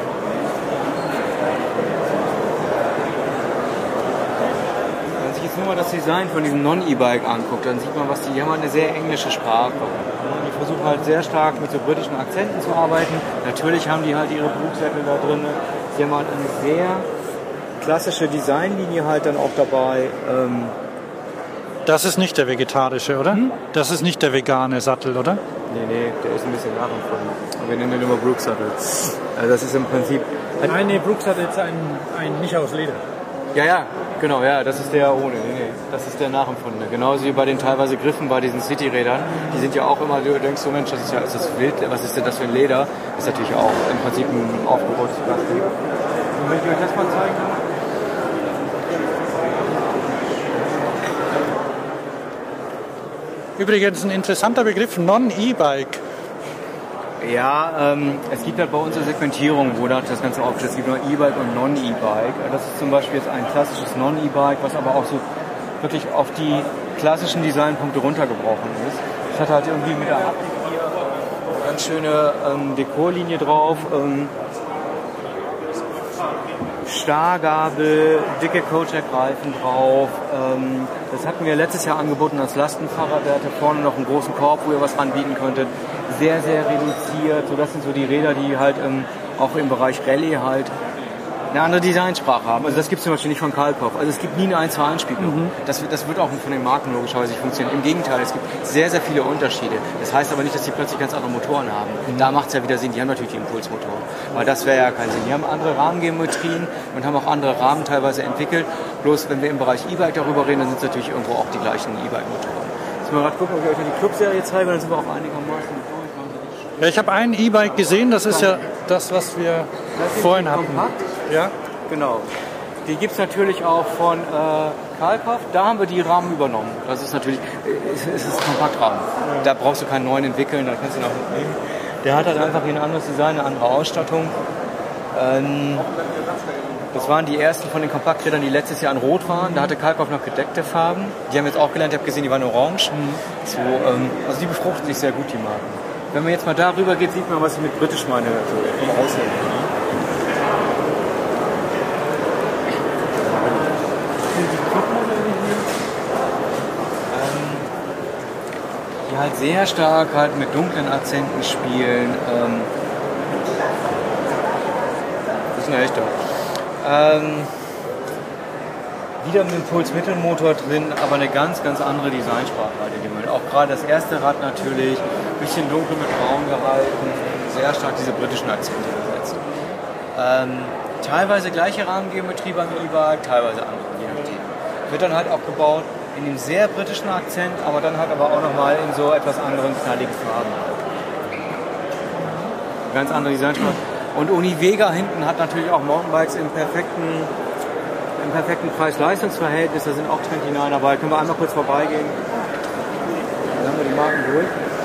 S2: Wenn man sich jetzt nur mal das Design von diesem Non-E-Bike anguckt, dann sieht man, was die haben halt eine sehr englische Sprache. Die versuchen halt sehr stark mit so britischen Akzenten zu arbeiten. Natürlich haben die halt ihre Brugsättel da drin. Sie haben halt eine sehr klassische Designlinie halt dann auch dabei.
S1: Das ist nicht der vegetarische, oder? Das ist nicht der vegane Sattel, oder?
S2: Nee, der ist ein bisschen nachempfunden. Wir nennen den immer Brooksattel. Also das ist im Prinzip...
S4: Nein, nee, Brooks hat jetzt ein nicht aus Leder.
S2: Ja, genau, ja, das ist der ohne. Nee, das ist der nachempfundene. Genauso wie bei den teilweise Griffen bei diesen City-Rädern. Die sind ja auch immer, du denkst so, Mensch, das ist ja ist das wild, was ist denn das für ein Leder? Ist natürlich auch im Prinzip ein aufgerolltes Plastik. Und wenn ich euch das mal zeigen kann...
S1: Übrigens ein interessanter Begriff, Non-E-Bike.
S2: Ja, es gibt halt bei uns eine Segmentierung, wo das Ganze aufgestellt ist. Es gibt noch E-Bike und Non-E-Bike. Das ist zum Beispiel jetzt ein klassisches Non-E-Bike, was aber auch so wirklich auf die klassischen Designpunkte runtergebrochen ist. Es hat halt irgendwie mit der Haptik hier eine ganz schöne Dekorlinie drauf. Stargabel, dicke Kojak-Reifen drauf. Das hatten wir letztes Jahr angeboten als Lastenfahrrad. Der hatte vorne noch einen großen Korb, wo ihr was anbieten könntet. Sehr, sehr reduziert. So, das sind so die Räder, die halt auch im Bereich Rallye halt eine andere Designsprache haben. Also das gibt es zum Beispiel nicht von Kalkoff. Also es gibt nie eine 1:1-Spiegelung. Das wird auch von den Marken logischerweise nicht funktionieren. Im Gegenteil, es gibt sehr, sehr viele Unterschiede. Das heißt aber nicht, dass die plötzlich ganz andere Motoren haben. Da macht es ja wieder Sinn, die haben natürlich die Impulsmotoren. Aber das wäre ja kein Sinn. Die haben andere Rahmengeometrien und haben auch andere Rahmen teilweise entwickelt. Bloß wenn wir im Bereich E-Bike darüber reden, dann sind es natürlich irgendwo auch die gleichen E-Bike-Motoren. Jetzt mal gerade gucken, ob ich euch die Clubserie zeige, dann sind wir auch einigermaßen durch.
S1: Ja, ich habe ein E-Bike gesehen, das ist ja das, was wir vorhin hatten.
S2: Kompakt.
S1: Ja?
S2: Genau. Die gibt es natürlich auch von Kalkoff. Da haben wir die Rahmen übernommen. Das ist natürlich, es ist ein Kompaktrahmen. Da brauchst du keinen neuen entwickeln, da kannst du ihn auch mitnehmen. Der hat halt einfach hier ein anderes Design, eine andere Ausstattung. Das waren die ersten von den Kompakträdern, die letztes Jahr in Rot waren. Da hatte Kalkoff noch gedeckte Farben. Die haben wir jetzt auch gelernt, ich habe gesehen, die waren orange. So, also die befruchten sich sehr gut, die Marken. Wenn man jetzt mal darüber geht, sieht man, was ich mit britisch meine, so vom Aussehen. Die halt sehr stark halt mit dunklen Akzenten spielen. Das ist eine echte. Wieder mit dem Impulsmittelmotor drin, aber eine ganz, ganz andere Designsprache halt in dem Moment. Auch gerade das erste Rad natürlich, ein bisschen dunkel mit braun gehalten, sehr stark diese britischen Akzente gesetzt. Teilweise gleiche Rahmengeometrie beim E-Bike, teilweise andere, je nachdem. Wird dann halt auch gebaut in dem sehr britischen Akzent, aber dann halt aber auch nochmal in so etwas anderen knalligen Farben. Ganz andere Designsprache. Und Univega hinten hat natürlich auch Mountainbikes im perfekten Preis-Leistungs-Verhältnis. Da sind auch 29 dabei. Können wir einmal kurz vorbeigehen? Dann haben wir die Marken durch.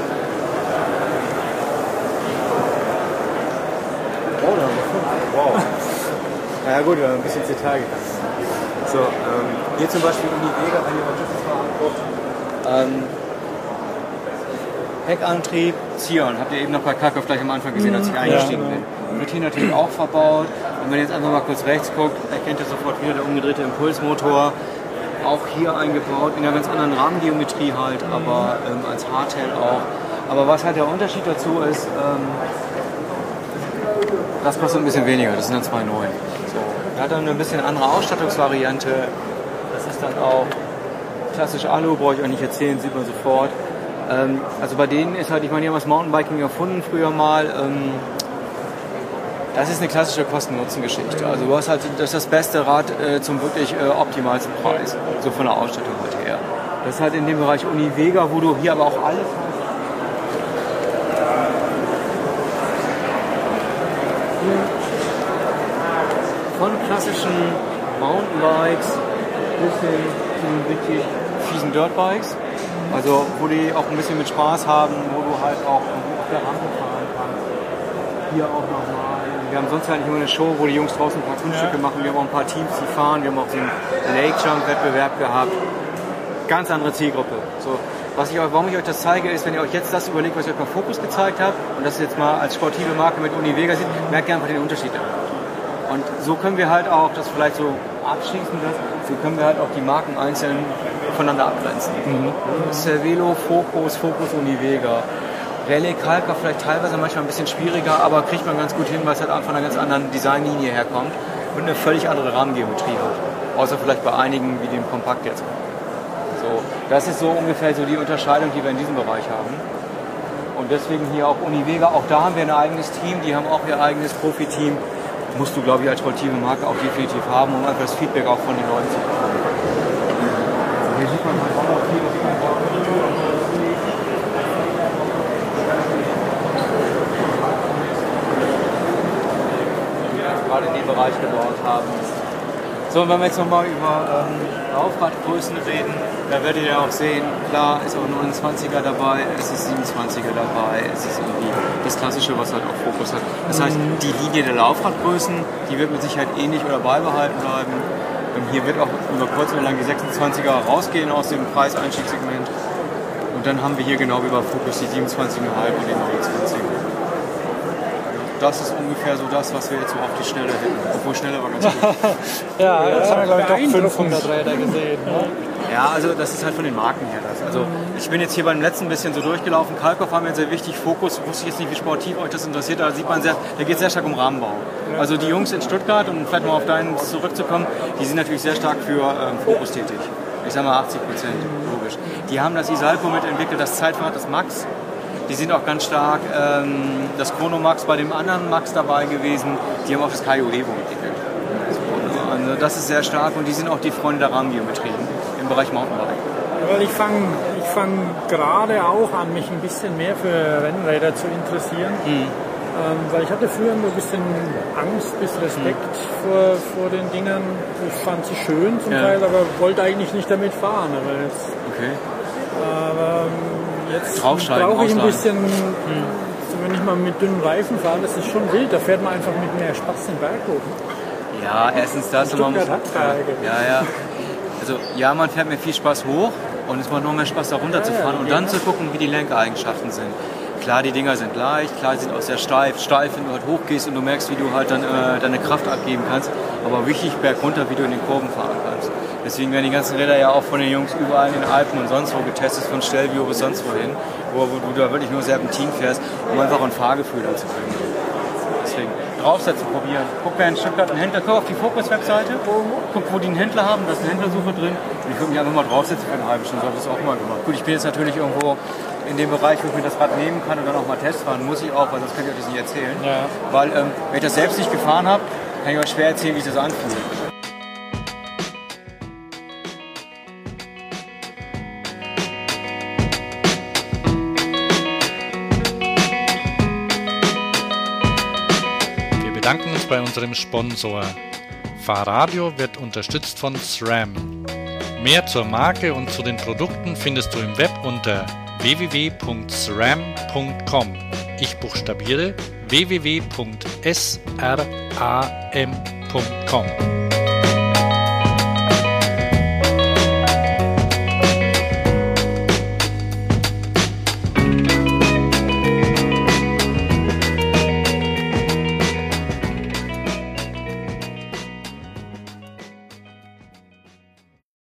S2: Oh, da haben wir 5. Wow. Na ja gut, wir haben ein bisschen ins Detail gegangen. So, hier zum Beispiel Univega, wenn ihr euch das mal anguckt. Heckantrieb, Zion, habt ihr eben noch bei Kalkoff gleich am Anfang gesehen, als ich eingestiegen bin. Wird hier natürlich auch verbaut. Und wenn ihr jetzt einfach mal kurz rechts guckt, erkennt ihr sofort wieder der umgedrehte Impulsmotor. Auch hier eingebaut, in einer ganz anderen Rahmengeometrie halt, aber als Hardtail auch. Aber was halt der Unterschied dazu ist, das kostet ein bisschen weniger, das sind dann 2,9. So. Er hat dann eine bisschen andere Ausstattungsvariante. Das ist dann auch klassisch Alu, brauche ich euch nicht erzählen, sieht man sofort. Also bei denen ist halt, ich meine, die haben das Mountainbiking erfunden früher mal. Das ist eine klassische Kosten-Nutzen-Geschichte. Also du hast halt das beste Rad zum wirklich optimalsten Preis, so von der Ausstattung halt her. Das ist halt in dem Bereich Univega, wo du hier aber auch alles hast. Von klassischen Mountainbikes bis hin zu richtig fiesen Dirtbikes. Also wo die auch ein bisschen mit Spaß haben, wo du halt auch auf der Rampe fahren kannst. Hier auch nochmal. Wir haben sonst halt nicht immer eine Show, wo die Jungs draußen ein paar Kunststücke machen. Wir haben auch ein paar Teams, die fahren. Wir haben auch den Lake Jump Wettbewerb gehabt. Ganz andere Zielgruppe. So, warum ich euch das zeige, ist, wenn ihr euch jetzt das überlegt, was ich euch bei Focus gezeigt habe und das jetzt mal als sportive Marke mit Univega sieht, merkt ihr einfach den Unterschied an. Und so können wir halt auch, das vielleicht so abschließend, so können wir halt auch die Marken einzeln voneinander abgrenzen. Cervelo, Focus, Univega. Raleigh Kalka vielleicht teilweise manchmal ein bisschen schwieriger, aber kriegt man ganz gut hin, weil es halt von einer ganz anderen Designlinie herkommt und eine völlig andere Rahmengeometrie hat. Außer vielleicht bei einigen wie dem Kompakt jetzt. So, das ist so ungefähr so die Unterscheidung, die wir in diesem Bereich haben. Und deswegen hier auch Univega, auch da haben wir ein eigenes Team, die haben auch ihr eigenes Profi-Team. Musst du, glaube ich, als sportive Marke auch definitiv haben, um einfach das Feedback auch von den Leuten zu bekommen. Hier sieht man halt auch noch viel, das gerade in dem Bereich gebaut haben. So, wenn wir jetzt nochmal über Laufradgrößen reden, da werdet ihr auch sehen, klar ist auch 29er dabei, es ist 27er dabei, es ist irgendwie das Klassische, was halt auch Focus hat. Das heißt, die Linie der Laufradgrößen, die wird mit Sicherheit ähnlich oder beibehalten bleiben. Hier wird auch über kurz oder lang die 26er rausgehen aus dem Preiseinstiegssegment. Und dann haben wir hier genau wie bei Focus die 27,5 und die 29er. Das ist ungefähr so das, was wir jetzt so auf die Schnelle hätten. Obwohl schneller war ganz gut.
S4: Ja, jetzt haben wir, glaube ich, doch 500 Räder gesehen. Ne?
S2: Ja, also das ist halt von den Marken her das. Also ich bin jetzt hier beim letzten bisschen so durchgelaufen. Kalkoff war mir sehr wichtig. Focus, wusste ich jetzt nicht, wie sportiv euch das interessiert, aber da sieht man sehr, da geht es sehr stark um Rahmenbau. Also die Jungs in Stuttgart, um vielleicht mal auf deinen zurückzukommen, die sind natürlich sehr stark für Focus tätig. Ich sage mal 80%, logisch. Die haben das Isalco mitentwickelt, das Zeitfahrrad, das Max. Die sind auch ganz stark das Chrono Max bei dem anderen Max dabei gewesen. Die haben auch das Kaio Evo entwickelt. Also das ist sehr stark und die sind auch die Freunde der Rahmengeometrie im Bereich Mountainbike.
S4: Weil ich fang gerade auch an, mich ein bisschen mehr für Rennräder zu interessieren. Weil ich hatte früher ein bisschen Angst bis Respekt vor den Dingern. Ich fand sie schön zum Teil, aber wollte eigentlich nicht damit fahren. Aber jetzt brauche ich ein bisschen, wenn ich mal mit dünnen Reifen fahre, das ist schon wild. Da fährt man einfach mit mehr Spaß den Berg hoch.
S2: Ja, erstens das. Also man fährt mit viel Spaß hoch und es macht noch mehr Spaß, da runter zu fahren und dann zu gucken, wie die Lenkereigenschaften sind. Klar, die Dinger sind leicht, klar, die sind auch sehr steif, wenn du halt hochgehst und du merkst, wie du halt dann deine Kraft abgeben kannst, aber wichtig bergunter, wie du in den Kurven fahren kannst. Deswegen werden die ganzen Räder ja auch von den Jungs überall in den Alpen und sonst wo getestet, von Stelvio bis sonst wohin, wo du da wirklich nur Serpentin fährst, um einfach ein Fahrgefühl dazu kriegen. Deswegen draufsetzen, probieren. Guck, wer in Stuttgart einen Händler, guck auf die Focus-Webseite, guck, wo die einen Händler haben, da ist eine Händlersuche drin und ich würde mich einfach mal draufsetzen für eine halbe Stunde, so habe ich das auch mal gemacht. Gut, ich bin jetzt natürlich irgendwo in dem Bereich, wo ich mir das Rad nehmen kann und dann auch mal Test fahren, muss ich auch, weil sonst kann ich euch das nicht erzählen. Ja. Weil, wenn ich das selbst nicht gefahren habe, kann ich euch schwer erzählen, wie sich das anfühlt.
S1: Wir bedanken uns bei unserem Sponsor. Fahrradio wird unterstützt von SRAM. Mehr zur Marke und zu den Produkten findest du im Web unter www.sram.com. Ich buchstabiere www.sram.com.